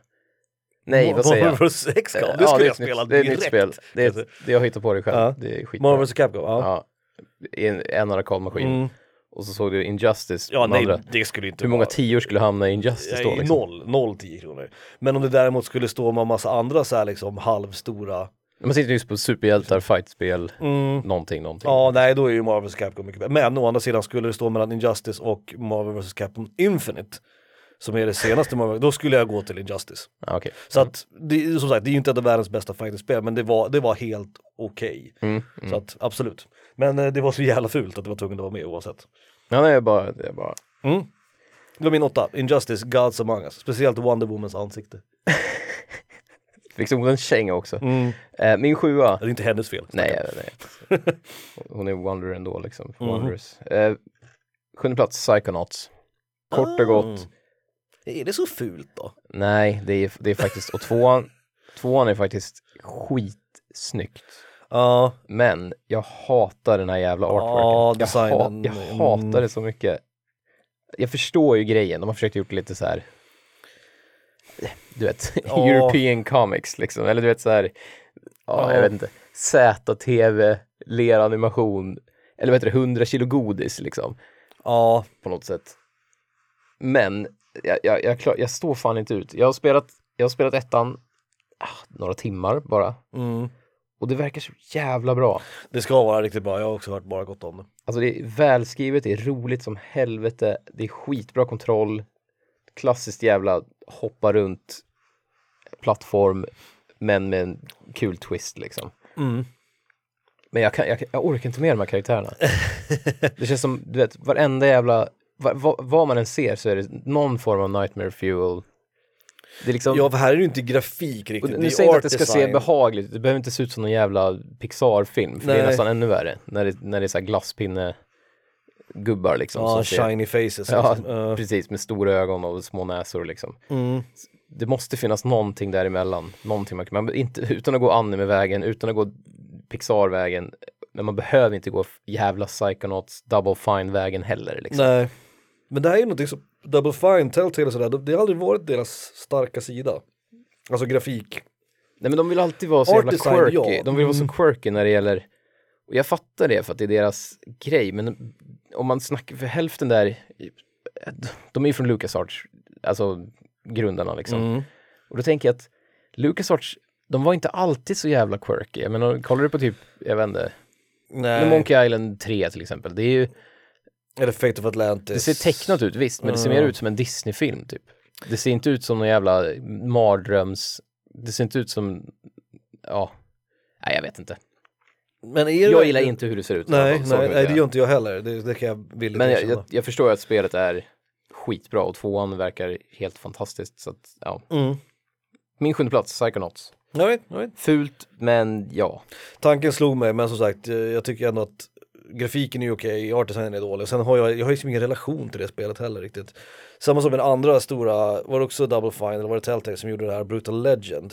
Nej, vad säger jag?
Marvel versus. X COM, det skulle ja, jag spela
direkt.
Det är ett nytt
spel. Det är, det jag hittar på dig själv. Ja. Det är skitbra.
Marvel versus. Capcom, ja.
ja. En, en arkadmaskin. Mm. Och så såg du Injustice.
Ja, nej, andra. Det skulle inte
Hur många
vara...
tior skulle hamna i Injustice då? Liksom?
Noll, noll tio kronor. Men om det däremot skulle stå med en massa andra så här liksom halvstora...
Man sitter just på superhjältar, fightspel, mm. någonting, någonting.
Ja, nej, då är ju Marvel versus. Capcom mycket bättre. Men å andra sidan skulle det stå mellan Injustice och Marvel versus. Capcom Infinite, som är det senaste Marvel, då skulle jag gå till Injustice.
Ah, okay.
Så att, det, som sagt, det är ju inte ett av världens bästa fighting-spel, men det var, det var helt okej. Okay. Mm, mm. Så att, absolut. Men eh, det var så jävla fult att det var tvungen att vara med oavsett.
Ja, det är bara... Det är bara...
Mm. Det var min åtta. Injustice, Gods Among Us. Speciellt Wonder Womans ansikte.
Fick hon en känga också.
Mm.
Eh, min sjua...
Det är inte hennes fel.
Nej, nej. Hon är Wonder ändå liksom. Mm. Eh, sjunde plats, Psychonauts. Kort och gott.
Mm. Är det så fult då?
Nej, det är, det är faktiskt... Och tvåan, tvåan är faktiskt skitsnyggt.
Ja.
Men jag hatar den här jävla artworken.
Ja,
jag, ha, jag hatar
mm.
det så mycket. Jag förstår ju grejen. De har försökt gjort lite så här... Du vet, ja. European comics liksom. Eller du vet så här... Ja, ja. Jag vet inte. Z T V, leranimation. Eller vad heter det? hundra kilo godis liksom.
Ja.
På något sätt. Men jag, jag, jag, klar, jag står fan inte ut. Jag har spelat, jag har spelat ettan ah, några timmar bara.
Mm.
Och det verkar så jävla bra.
Det ska vara riktigt bra. Jag har också hört bara gott om det.
Alltså det är välskrivet, det är roligt som helvete. Det är skitbra kontroll. Klassiskt jävla hoppa runt plattform, men med en kul twist liksom.
Mm.
Men jag, kan, jag, jag orkar inte med de här karaktärerna. Det känns som, du vet, varenda jävla... Va, va, vad man än ser så är det någon form av Nightmare Fuel. Det är liksom...
Ja, för här är det ju inte grafik riktigt.
Nu säger inte att det ska se behagligt ut. Det behöver inte se ut som någon jävla Pixar-film. För Nej. Det är nästan ännu värre. När det, när det är så här glasspinne gubbar liksom.
Ja, shiny ser... faces.
Ja, uh. precis. Med stora ögon och små näsor liksom.
Mm.
Det måste finnas någonting däremellan. Någonting man kan... Man, inte, utan att gå anime-vägen, utan att gå Pixar-vägen. Men man behöver inte gå jävla Psychonauts Double Fine-vägen heller liksom.
Nej. Men det här är ju någonting som Double Fine, Telltale och sådär, det har aldrig varit deras starka sida. Alltså grafik.
Nej, men de vill alltid vara så jävla
design,
quirky.
ja.
De vill vara
mm.
så quirky när det gäller... Och jag fattar det för att det är deras grej. Men om man snackar för hälften där... De är ju från LucasArts. Alltså grundarna liksom.
Mm.
Och då tänker jag att LucasArts, de var inte alltid så jävla quirky. Jag menar, kollar du på typ, jag vet inte...
Nej.
Monkey Island tre till exempel. Det är ju...
Eller Fate of Atlantis.
Det ser tecknat ut, visst. Men
mm.
det ser mer ut som en Disney-film typ. Det ser inte ut som någon jävla mardröms... Det ser inte ut som... Ja... Nej, jag vet inte.
Men är
jag
det...
gillar inte hur det ser ut.
Nej, nej, nej det gör inte jag heller. Det, det kan jag vilja
Men jag, jag, jag förstår att spelet är skitbra och tvåan verkar helt fantastiskt. Så att, ja.
Mm.
Min sjunde plats, Psychonauts.
Jag vet, jag vet.
Fult, men ja.
Tanken slog mig, men som sagt, jag tycker ändå att grafiken är okej, artdesignen är dålig. Sen har jag, jag har liksom ingen relation till det spelet heller riktigt. Samma som den andra stora, var det också Double Fine, eller var det Telltale som gjorde det här Brutal Legend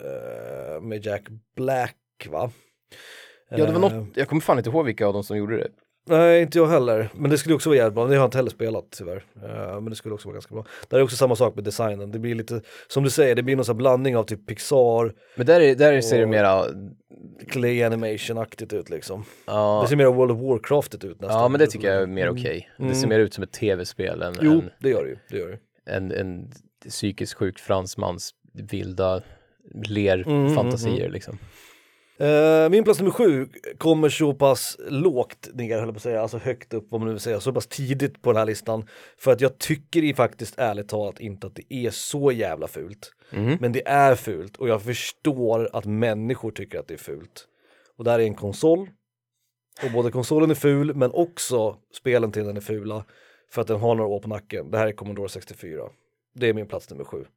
uh, med Jack Black, va?
Ja, det var något, jag kommer fan inte ihåg vilka av dem som gjorde det.
Nej, inte jag heller. Men det skulle också vara jävligt bra. Det har jag inte heller spelat tyvärr. Uh, men det skulle också vara ganska bra. Det är också samma sak med designen. Det blir lite, som du säger, det blir någon sån här blandning av typ Pixar.
Men där, är, där ser det mera...
Clay animation-aktigt ut liksom.
Ja.
Det ser mer World of Warcraftet ut nästan.
Ja, men det tycker jag är mer okej. Okay.
Mm.
Det ser mer ut som ett tv-spel än
jo,
en,
det gör det ju. Det gör det.
En, en psykiskt sjuk fransmans vilda ler
mm,
fantasier
mm, mm.
liksom.
Uh, min plats nummer sju kommer så pass lågt ner, höll jag på att säga, alltså högt upp vad man nu vill säga, så pass tidigt på den här listan, för att jag tycker i faktiskt ärligt talat inte att det är så jävla fult.
Mm.
Men det är fult och jag förstår att människor tycker att det är fult. Och där är en konsol, och både konsolen är ful men också spelen till den är fula för att den har några år på nacken. Det här är Commodore sextiofyra. Det är min plats nummer sju.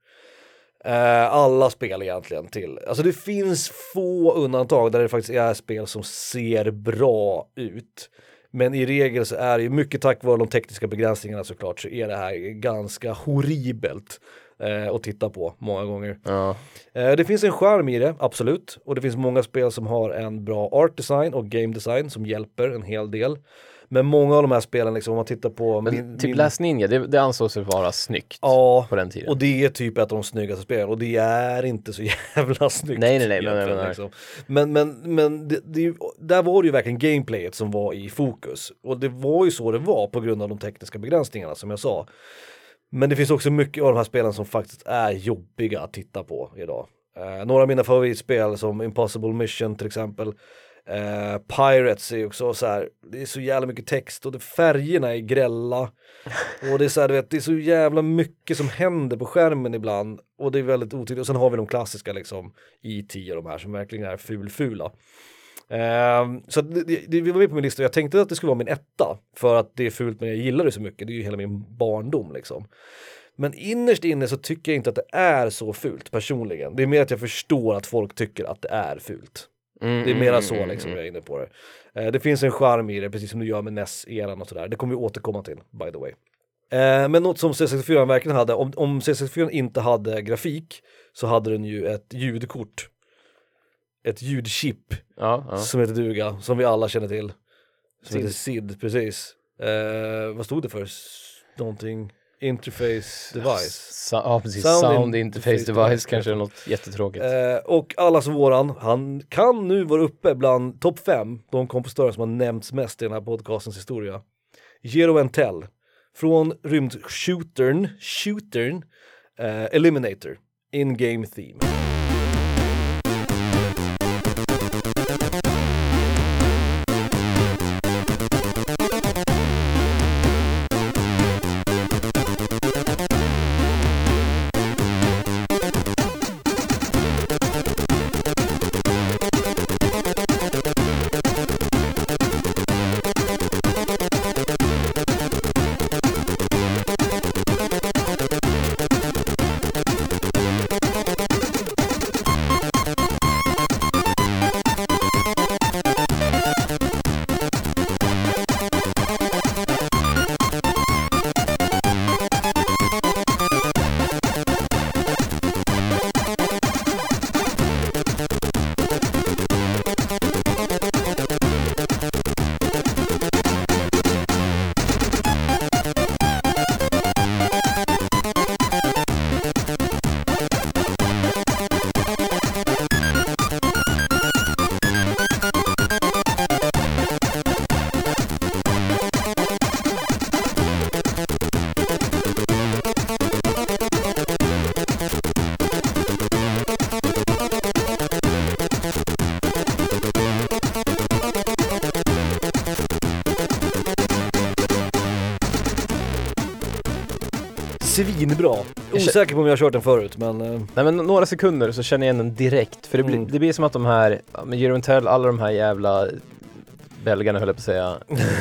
Uh, alla spel egentligen till. Alltså det finns få undantag där det faktiskt är spel som ser bra ut. Men i regel så är det ju mycket tack vare de tekniska begränsningarna såklart, så är det här ganska horribelt uh, att titta på många gånger.
Ja.
Uh, det finns en charm i det, absolut. Och det finns många spel som har en bra art design och game design som hjälper en hel del. Men många av de här spelen, liksom, om man tittar på...
Men
min,
typ
min...
Last Ninja, det, det ansågs vara snyggt
ja,
på den tiden.
Och det är typ ett av de snyggaste spelen. Och det är inte så jävla snyggt.
Nej, nej, nej. Men, men,
liksom. men, men, men det, det, där var det ju verkligen gameplayet som var i fokus. Och det var ju så det var på grund av de tekniska begränsningarna, som jag sa. Men det finns också mycket av de här spelen som faktiskt är jobbiga att titta på idag. Uh, några av mina favoritspel som Impossible Mission till exempel. Uh, Pirates är också så här, det är så jävla mycket text och det, färgerna är grälla och det är så här, du vet, det är så jävla mycket som händer på skärmen ibland och det är väldigt otydligt. Och sen har vi de klassiska liksom E T och de här som verkligen är fulfula. Uh, så det, det, det var med på min lista och jag tänkte att det skulle vara min etta för att det är fult, men jag gillar det så mycket, det är ju hela min barndom liksom. Men innerst inne så tycker jag inte att det är så fult personligen. Det är mer att jag förstår att folk tycker att det är fult.
Mm,
det är mera
mm,
så
mm,
liksom
mm.
jag är inne på det. Eh, det finns en charm i det, precis som du gör med N E S-eran och sådär. Det kommer vi återkomma till, by the way. Eh, men något som C sextiofyra verkligen hade, om, om C sextiofyra inte hade grafik så hade den ju ett ljudkort. Ett ljudchip
ja, ja.
som heter duga, som vi alla känner till. Som
SID.
heter S I D, precis. Eh, vad stod det för? Någonting... Interface device.
Sa- ja, precis.
Sound,
Sound
in-
interface,
interface
device,
device
kanske är något jättetråkigt.
Eh, och allas våran, han kan nu vara uppe bland topp fem, de kompositörer som har nämnts mest i den här podcastens historia. Jero Entel, från rymdshootern, shootern, eh, Eliminator, in-game theme. Svinbra. Osäker på om jag har kört den förut, men... Uh...
Nej, men några sekunder så känner jag igen den direkt. För det, blir,
Mm.
det blir som att de här, ja, med Jeroen Tell, alla de här jävla belgarna höll jag på att säga.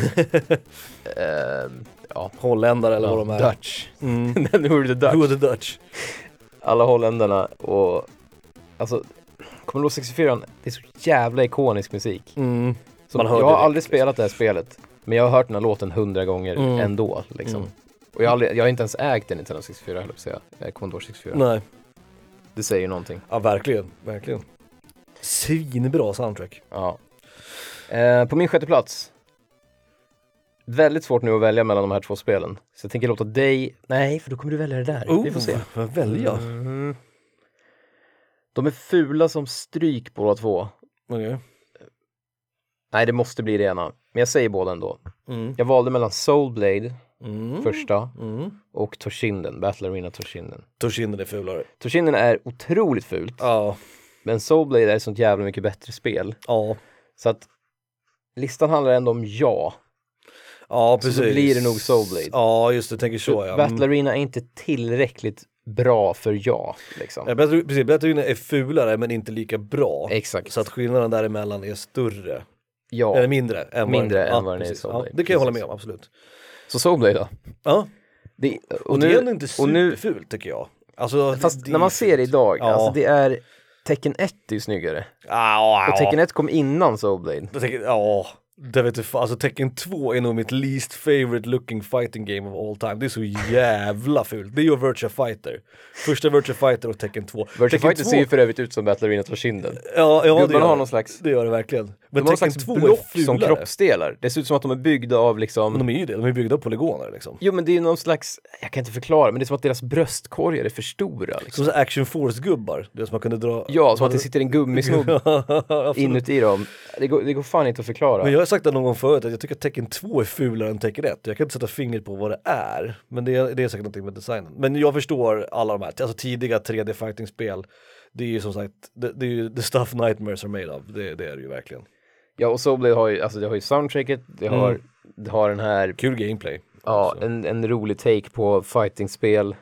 uh, ja.
Holländare eller
ja,
vad de är.
Dutch.
Mm.
Who are the Dutch?
Who are the Dutch?
Alla holländarna och alltså Commodore sextiofyra, det är så jävla ikonisk musik.
Mm.
Så
Man hör
jag har
direkt,
aldrig
liksom.
spelat det här spelet, men jag har hört den här låten hundra gånger
Mm.
ändå liksom.
Mm.
Och jag har, aldrig, jag har inte ens ägt den Nintendo sextiofyra, höll jag på att säga. Eh, Commodore sextiofyra.
Nej.
Det säger ju någonting.
Ja, verkligen. Verkligen. Svinbra soundtrack.
Ja. Eh, på min sjätte plats. Väldigt svårt nu att välja mellan de här två spelen. Så jag tänker låta dig... Nej, för då kommer du välja det där.
Oh,
Vi får se.
vad välja?
Mm. De är fula som stryk båda två.
Okay.
Nej, det måste bli det ena. Men jag säger båda ändå.
Mm.
Jag valde mellan Soul Blade,
Mm.
första,
Mm.
och Toshinden, Battle Arena Toshinden.
Toshinden är fulare.
Toshinden är otroligt fult.
Ja.
Men Soul Blade är ett sånt jävla mycket bättre spel.
Ja.
Så att listan handlar ändå om ja.
Ja,
Så
precis.
då blir det nog Soul Blade.
Ja, just det, tänker så, ja.
Battle Arena är inte tillräckligt bra för ja, liksom.
Ja, Battle, precis, Battle Arena är fulare men inte lika bra.
Exakt.
Så att skillnaden däremellan är större.
Ja.
Eller mindre än
Mindre
vad,
än
ja,
vad den är i
precis.
Soul
Ja,
Blade.
det kan jag hålla
Precis.
med om, absolut.
Så Soul Blade då?
Ja,
Det, och,
och
nu,
det är ändå inte
och nu,
superfult tycker jag. Alltså,
fast
det är
när man ser det idag,
Ja.
alltså det är Tekken ett är ju snyggare.
Ja,
Och Tekken ett kom innan Soul Blade.
Jag tänker, ja, det vet du fan. Alltså Tekken två är nog mitt least favorite looking fighting game of all time. Det är så jävla fult. Det är ju Virtua Fighter. Första Virtua Fighter och Tekken två.
Virtua
Tekken
Fighter
två
ser ju för övrigt ut som Battle Arena Toshinden.
Ja, ja, det
Man
gör
har
det.
någon slags...
Det gör det verkligen. Men
De har någon
Tekken
slags
två är
block som
fulare.
kroppsdelar. Det ser ut som att de är byggda av liksom...
Men de är ju det, de är byggda av polygoner liksom.
Jo, men det är ju någon slags... Jag kan inte förklara, men det är som att deras bröstkorgar är för stora. Liksom.
Som så Action Force-gubbar. Det som man kunde dra...
Ja, som att det sitter en gummisnodd
Absolut.
inuti dem. Det går, det går fan inte att förklara.
Men jag har sagt det någon gång förut att jag tycker att Tekken två är fulare än Tekken ett. Jag kan inte sätta fingret på vad det är. Men det är, det är säkert någonting med designen. Men jag förstår alla de här, alltså tidiga tre D-fighting-spel. Det är ju som sagt, det, det är ju the stuff nightmares are made of. Det, det är det ju verkligen.
Ja, och Soul Blade har ju, alltså det har ju soundtracket, det har,
Mm.
det har den här,
Kul gameplay.
ja,
också.
en, en rolig take på fighting-spel.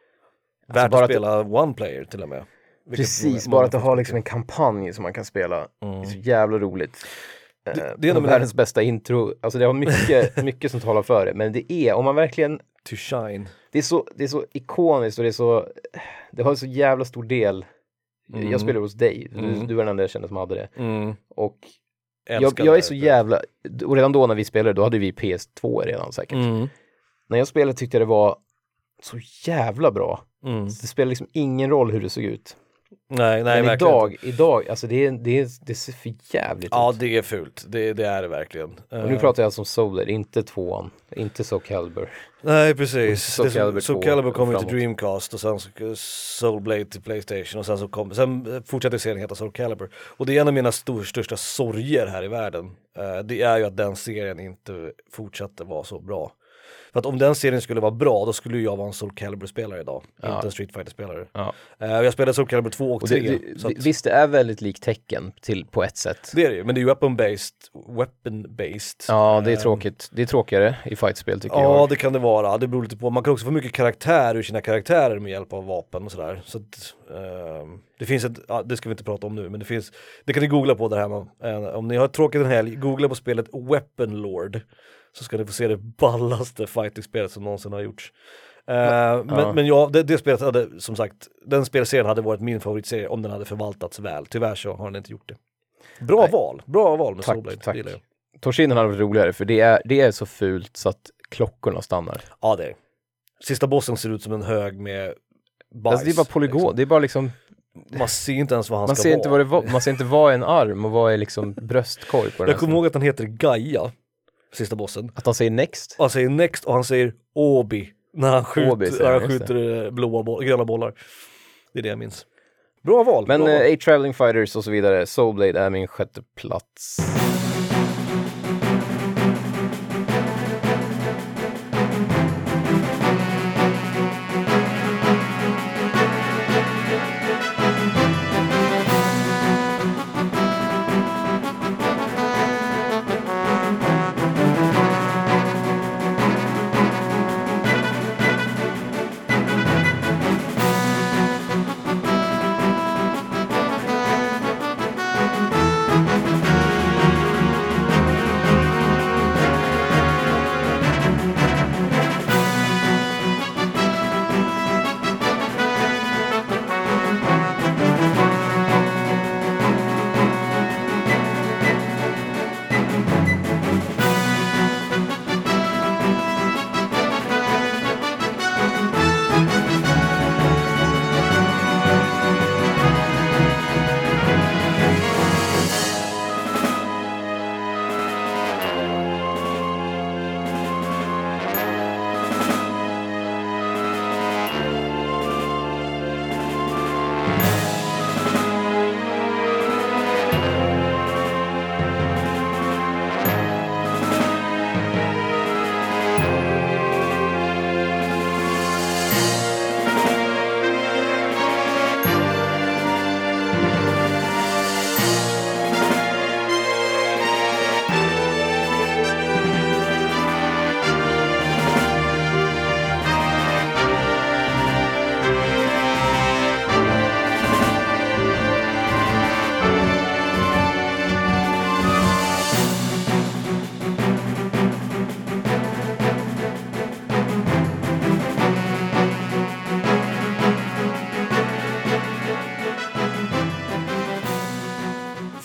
Värt
Alltså bara
att
att det-
spela one player till och med. Vilket
Precis,
många-
bara att det
många
har liksom en kampanj som man kan spela.
Mm.
Det är så jävla roligt.
Det-
Eh,
det är
och
nog-
världens bästa intro, alltså det har mycket, mycket som talar för det. Men det är, om man verkligen,
To shine.
det är så, det är så ikoniskt och det är så, det har en så jävla stor del.
Mm.
Jag spelar hos dig, du,
Mm.
du var den enda jag kände som hade det.
Mm.
Och jag,
Älskar
jag är
det.
så jävla, och redan då när vi spelade, då hade vi P S två redan säkert.
Mm.
När jag spelade tyckte jag det var så jävla bra.
Mm.
Det spelar liksom ingen roll hur det såg ut.
Nej, nej,
Men
verkligen
idag,
inte.
idag, alltså det, är, det, är, det ser för jävligt
Ja,
ut.
det är fult. Det, det är det verkligen.
Och nu
Eh,
pratar jag alltså om Soul Blade, inte tvåan, inte Soul Calibur.
Nej, precis.
Soul Calibur
Soul
två
Calibur
och
kom ju till
framåt.
Dreamcast och sen så Soul Blade till Playstation och sen så kom, sen fortsatte serien heta Soul Calibur. Och det är en av mina stor, största sorger här i världen. Eh, det är ju att den serien inte fortsatte vara så bra. För att om den serien skulle vara bra, då skulle jag vara en Soul Calibur-spelare idag,
Ja.
inte en Street Fighter-spelare.
Ja.
Eh, jag spelade Soul Calibur två och
Och
tre.
det, det,
så att,
visst, det är väldigt lik Tekken till, på ett sätt.
det är det ju, men det är ju weapon-based. Weapon-based.
Ja, det är
Eh,
tråkigt. Det är tråkigare i fightspel tycker
Ja,
jag.
det kan det vara. Det beror lite på. Man kan också få mycket karaktär ur sina karaktärer med hjälp av vapen och sådär. Så att, ehm, det finns ett, ja, det ska vi inte prata om nu, men det finns, det kan ni googla på där hemma. Eh, om ni har tråkigt en helg, googla på spelet Weapon Lord. Så ska ni få se det ballaste fighting-spelet som någonsin har gjorts. Eh, men,
Ja.
men ja, det, det spelet hade, som sagt, den spelserien hade varit min favoritserie om den hade förvaltats väl. Tyvärr så har den inte gjort det. Bra
Nej.
val, bra val med
Tack,
Soul Blade.
tack.
Det gillar jag.
Toshinden hade varit roligare, för det är, det är så fult så att klockorna stannar.
Ja, det är det. Sista bossen ser ut som en hög med bajs.
Alltså det är bara polygon,
liksom.
det är bara liksom,
Man ser inte ens vad han
man
ska
ser
vara.
inte vad det var, man ser inte vad är en arm och vad är liksom bröstkorg på den.
Jag kommer ihåg att han heter Gaia, sista bossen.
Att han säger next.
Och han säger next och han säger Obi när han skjuter,
Obi, säger
när han
han, just
skjuter blåa boll, gröna bollar. Det är det jag minns. Bra val.
Men
bra val.
eh, Eight Traveling Fighters och så vidare, Soul Blade är min sjätte plats.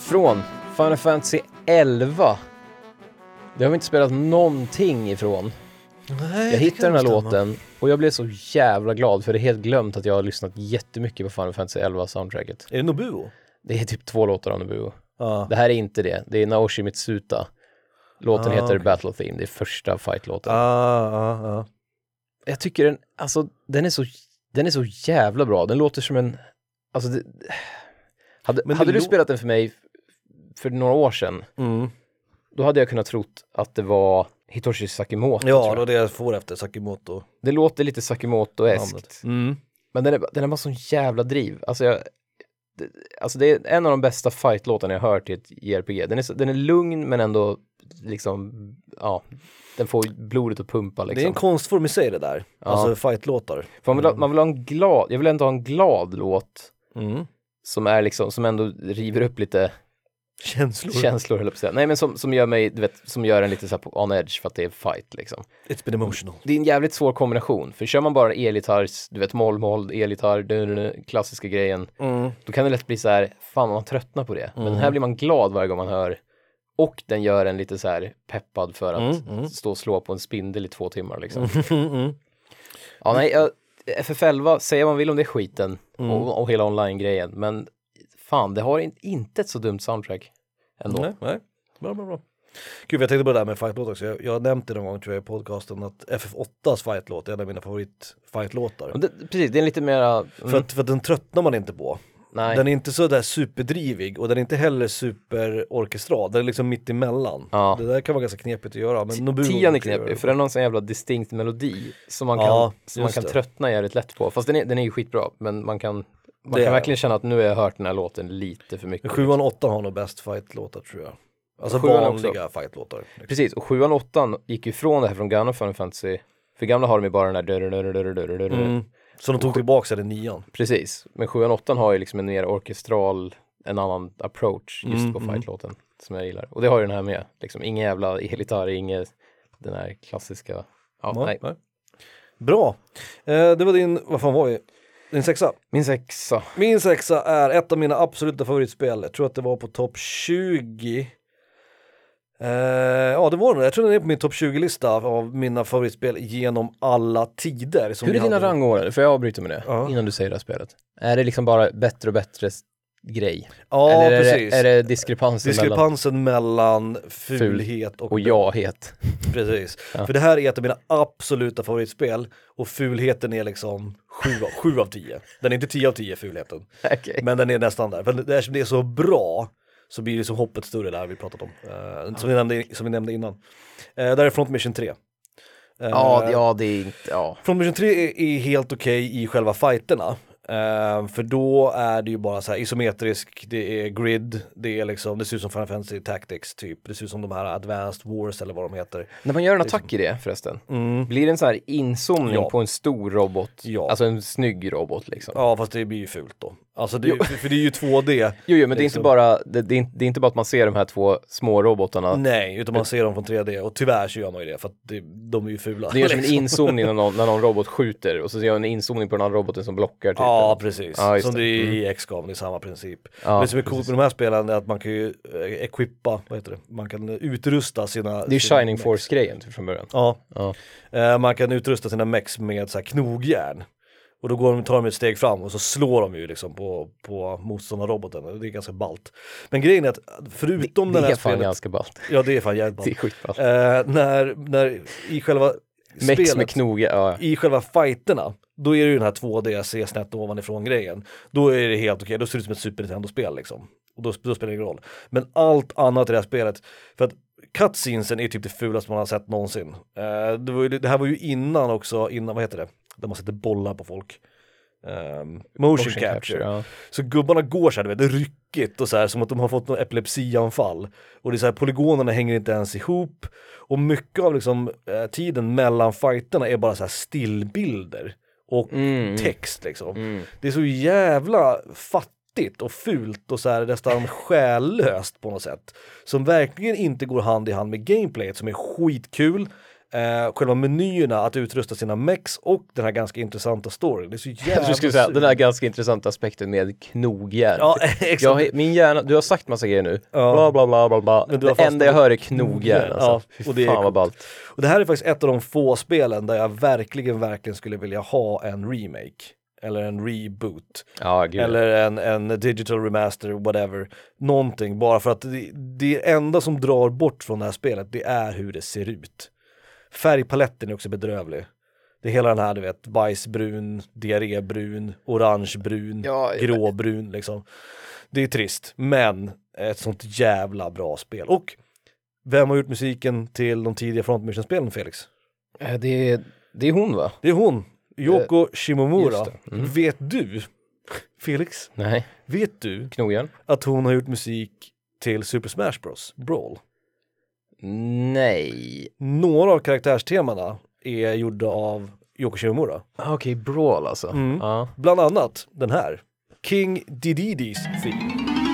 Ifrån Final Fantasy elva. Det har vi inte spelat någonting ifrån.
Nej,
Jag hittade den här låten och jag blev så jävla glad för det är helt glömt att jag har lyssnat jättemycket på Final Fantasy elva soundtracket.
Är det Nobuo?
Det är typ två låtar av Nobuo.
Ja.
Det här är inte det. Det är Naoshi Mitsuta. Låten
Ah,
heter
okay.
Battle Theme. Det är första fight-låten.
Ah, ah, ah.
Jag tycker den, alltså, den är så, den är så jävla bra. Den låter som en, alltså det, hade,
Men
hade
det
du
lå-
spelat den för mig för några år sedan,
Mm.
då hade jag kunnat trott att det var Hitoshi Sakimoto.
Ja,
tror
då
jag.
det jag får efter Sakimoto.
Det låter lite Sakimoto-eskt.
Mm.
Men den är, den är bara sån jävla driv. Alltså, jag, det, alltså det är en av de bästa fight-låtarna jag har hört i ett J R P G. Den är, så, den är lugn men ändå liksom, ja, den får blodet att pumpa liksom.
Det är en konstform i sig det där.
Ja.
Alltså fight-låtar.
För man, vill ha, man vill ha en glad, jag vill ändå ha en glad låt
Mm.
som är liksom, som ändå river upp lite
Känslor.
känslor, höll jag på att säga. Nej, men som, som gör mig, du vet, som gör en lite så här på on edge för att det är fight liksom.
It's been emotional.
Det är en jävligt svår kombination, för kör man bara elgitarrs, du vet, moll-moll, elgitarr, den klassiska grejen,
Mm.
då kan det lätt bli så här, fan man tröttnar på det. Men
Mm.
här blir man glad varje gång man hör, och den gör en lite så här peppad för att
Mm, mm.
stå och slå på en spindel i två timmar liksom.
Mm, mm.
Ja, nej, jag, F F elva, säger man vill om det skiten
Mm.
och, och hela online-grejen, men fan, det har in, inte ett så dumt soundtrack ändå.
Nej, nej. Bra, bra, bra. Gud, jag tänkte på det där med fightlåt också. Jag, jag har nämnt det någon gång tror jag i podcasten att F F åttas fightlåt är en av mina favorit-fightlåtar.
Men det, precis, det är lite mera... Mm,
För, att, för att den tröttnar man inte på.
nej.
Den är inte så där superdrivig och den är inte heller superorkestral. Den är liksom mitt emellan.
Ja.
Det där kan vara ganska knepigt att göra. Men Nobuo
Tian är
brukar göra
knepig,
det.
för den har en sån jävla distinkt melodi som man kan,
Ja,
som man
just
kan
det.
tröttna jävligt lätt på. Fast den är, den är ju skitbra, men man kan, man
Det
kan
är
verkligen känna att nu har jag hört den här låten lite för mycket.
Sjuan och åttan har nog bäst fightlåtar tror jag. Alltså
Sjuan
vanliga fightlåtar. Liksom.
Precis, och sjuan och åttan gick ju från det här från gamla Final Fantasy. För gamla har de ju bara den där...
Mm. Så de tog tillbaka sig den nian.
Precis, men sjuan och åttan har ju liksom en mer orkestral, en annan approach just
Mm,
på
mm.
fightlåten som jag gillar. Och det har ju den här med, liksom ingen jävla elgitarr, ingen den här klassiska, ja,
Ja,
nej.
nej. Bra. Eh, det var din, vad fan var det? Din sexa.
Min sexa.
Min sexa är ett av mina absoluta favoritspel. Jag tror att det var på topp tjugo. Eh, ja, det var det. Jag tror den är på min topp tjugo-lista av mina favoritspel genom alla tider. Som
Hur är
vi
dina
hade.
rangordnare? Får jag avbryta med det
Ja.
innan du säger det här spelet? Är det liksom bara bättre och bättre s- grej?
Ja,
Eller är
precis.
det, är det diskrepansen mellan
Diskrepansen mellan fulhet och,
och jahet?
Precis.
Ja.
För det här är ett av mina absoluta favoritspel och fulheten är liksom sju av, sju av tio. Den är inte tio av tio fulheten.
Okej.
Men den är nästan där. För det, eftersom det är så bra så blir det som hoppet större där vi pratat om. Uh, som, vi nämnde, som vi nämnde innan. Uh, där är Front Mission tre. Uh,
Ja, ja, det är inte, ja.
Front Mission tre är, är helt okej i själva fighterna. Uh, för då är det ju bara så här isometrisk, det är grid, det är liksom, det ser ut som Final Fantasy Tactics typ. Det ser ut som de här Advanced Wars eller vad de heter.
När man gör en attack i det förresten,
Mm.
blir det en sån här inzoomning
Ja.
på en stor robot?
Ja.
Alltså en snygg robot liksom.
Ja, fast det blir ju fult då. Alltså det, för, för det är ju två D.
Jo, jo, men det är
liksom.
inte bara, det, det, är inte, det är inte bara att man ser de här två små robotarna.
Nej, utan man ser dem från tre D och tyvärr så gör man ju det för att det, de är ju fula.
Det är som en
liksom.
inzoomning när någon, när någon robot skjuter och så ser jag en inzoomning på den andra roboten som blockar. Typ.
Ja, precis.
Ja, just
som det är
det.
i X-COM, det är samma princip.
Ja,
det som är coolt
precis.
med de här spelen är att man kan ju eh, equippa, vad heter det? Man kan utrusta sina...
Det är ju
sina
Shining
mex.
Force-grejen typ, från början.
Ja,
Ja.
eh, man kan utrusta sina mex med så här knogjärn. Och då går de, tar de ett steg fram och så slår de ju liksom på, på motståndarroboten. Det är ganska ballt. Men grejen är att förutom
Det,
den
det
här
är fan
spelet...
ganska ballt.
Ja, det är fan jävligt
Det är
ballt.
skitballt.
Eh, när, när i själva
Mex med
spelet,
knoge, ja.
i själva fighterna, då är det ju den här två D se snett ovanifrån grejen. Då är det helt okej, då ser det ut som ett Super Nintendo-spel liksom. Och då, då spelar det ingen roll. Men allt annat i det här spelet, för att cutscenesen är typ det fulaste man har sett någonsin. Eh, det, var ju, det här var ju innan också, innan, vad heter det? Där man sätter bollar på folk. Um, motion,
Motion
capture.
capture, ja.
Så gubbarna går så här, du vet, det är ryckigt och så här, som att de har fått någon epilepsianfall. Och det är så här, polygonerna hänger inte ens ihop. Och mycket av liksom eh, tiden mellan fighterna är bara så här stillbilder och
Mm.
text liksom.
Mm.
Det är så jävla fattigt och fult och så här nästan själlöst på något sätt. Som verkligen inte går hand i hand med gameplayet som är skitkul. Eh, själva menyerna, att utrusta sina mechs och den här ganska intressanta storyn. Det är så jävla
Du skulle säga den här ganska intressanta aspekten med knogjärn.
Ja, exakt.
Jag, min hjärna, du har sagt massa grejer nu.
Ja.
Bla bla bla bla bla.
Men du har
Det enda jag
fastnat-
hör är knogjärn. Alltså.
Ja,
Fy
och det är
fan vad
coolt.
ballt.
Och det här är faktiskt ett av de få spelen där jag verkligen, verkligen skulle vilja ha en remake. Eller en reboot.
Ja, gud.
Eller en, en digital remaster, whatever. Någonting, bara för att det, det enda som drar bort från det här spelet, det är hur det ser ut. Färgpaletten är också bedrövlig. Det är hela den här, du vet, bajsbrun, diarrébrun, orangebrun,
Ja,
gråbrun liksom. Det är trist, men ett sånt jävla bra spel. Och vem har gjort musiken till de tidiga Front Mission-spelen, Felix?
Eh, Det är, det är hon va?
Det är hon, Yoko Shimomura.
just det. Mm.
Vet du, Felix,
Nej,
vet du
knogjärn?
att hon har gjort musik till Super Smash Bros. Brawl?
Nej.
Några av karaktärstemana är gjorda av Yoko Shimomura.
Ah, Okej, Brawl alltså.
Mm.
Ja.
Bland annat den här, King Dedidis theme.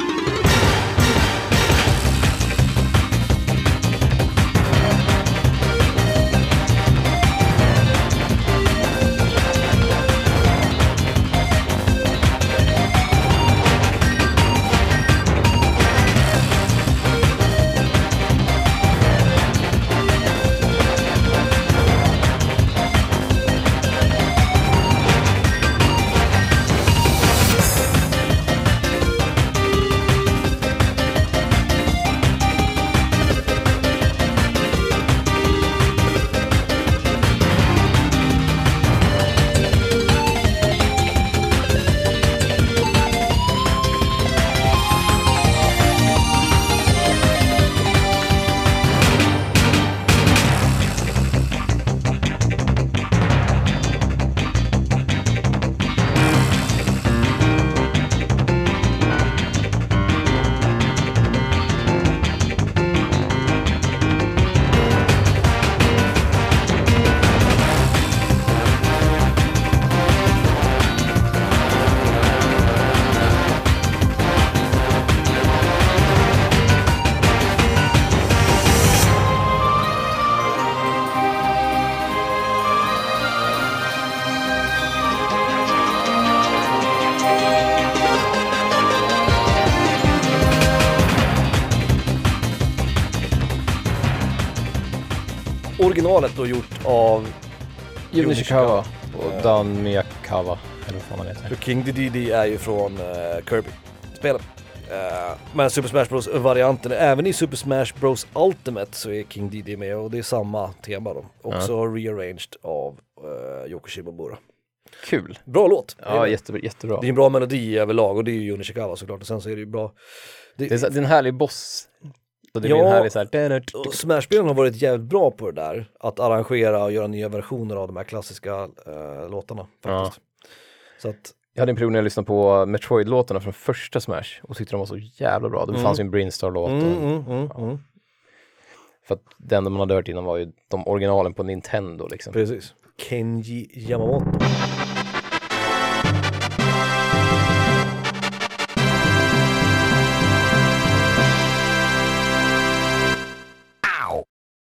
Originalet då gjort av
Jun Ishikawa och
Eh.
Dan Miyakawa, eller vad fan han heter.
King Dedede är ju från uh, Kirby-spelen. Uh, men Super Smash Bros-varianten, även i Super Smash Bros Ultimate så är King Dedede med och det är samma tema då. Också rearranged av uh, Yoko Shimomura.
Kul.
Bra låt!
Ja,
det, är,
jättebra, jättebra.
det är en bra melodi överlag och det är ju Jun Ishikawa såklart och sen så är det ju bra. Det,
Det är, så- det är en härlig boss. Och det
Ja.
blir en härlig så här...
och Smash-spelen har varit jävligt bra på det där. Att arrangera och göra nya versioner av de här klassiska uh, låtarna faktiskt. Så att
Jag hade en period när jag lyssnade på Metroid-låtarna från första Smash och tyckte de var så jävla bra. Det
Mm.
fanns ju en Brinstar-låt.
Mm,
och-
mm, mm, mm.
För att den man hade hört innan var ju de originalen på Nintendo liksom.
Precis. Kenji Yamamoto.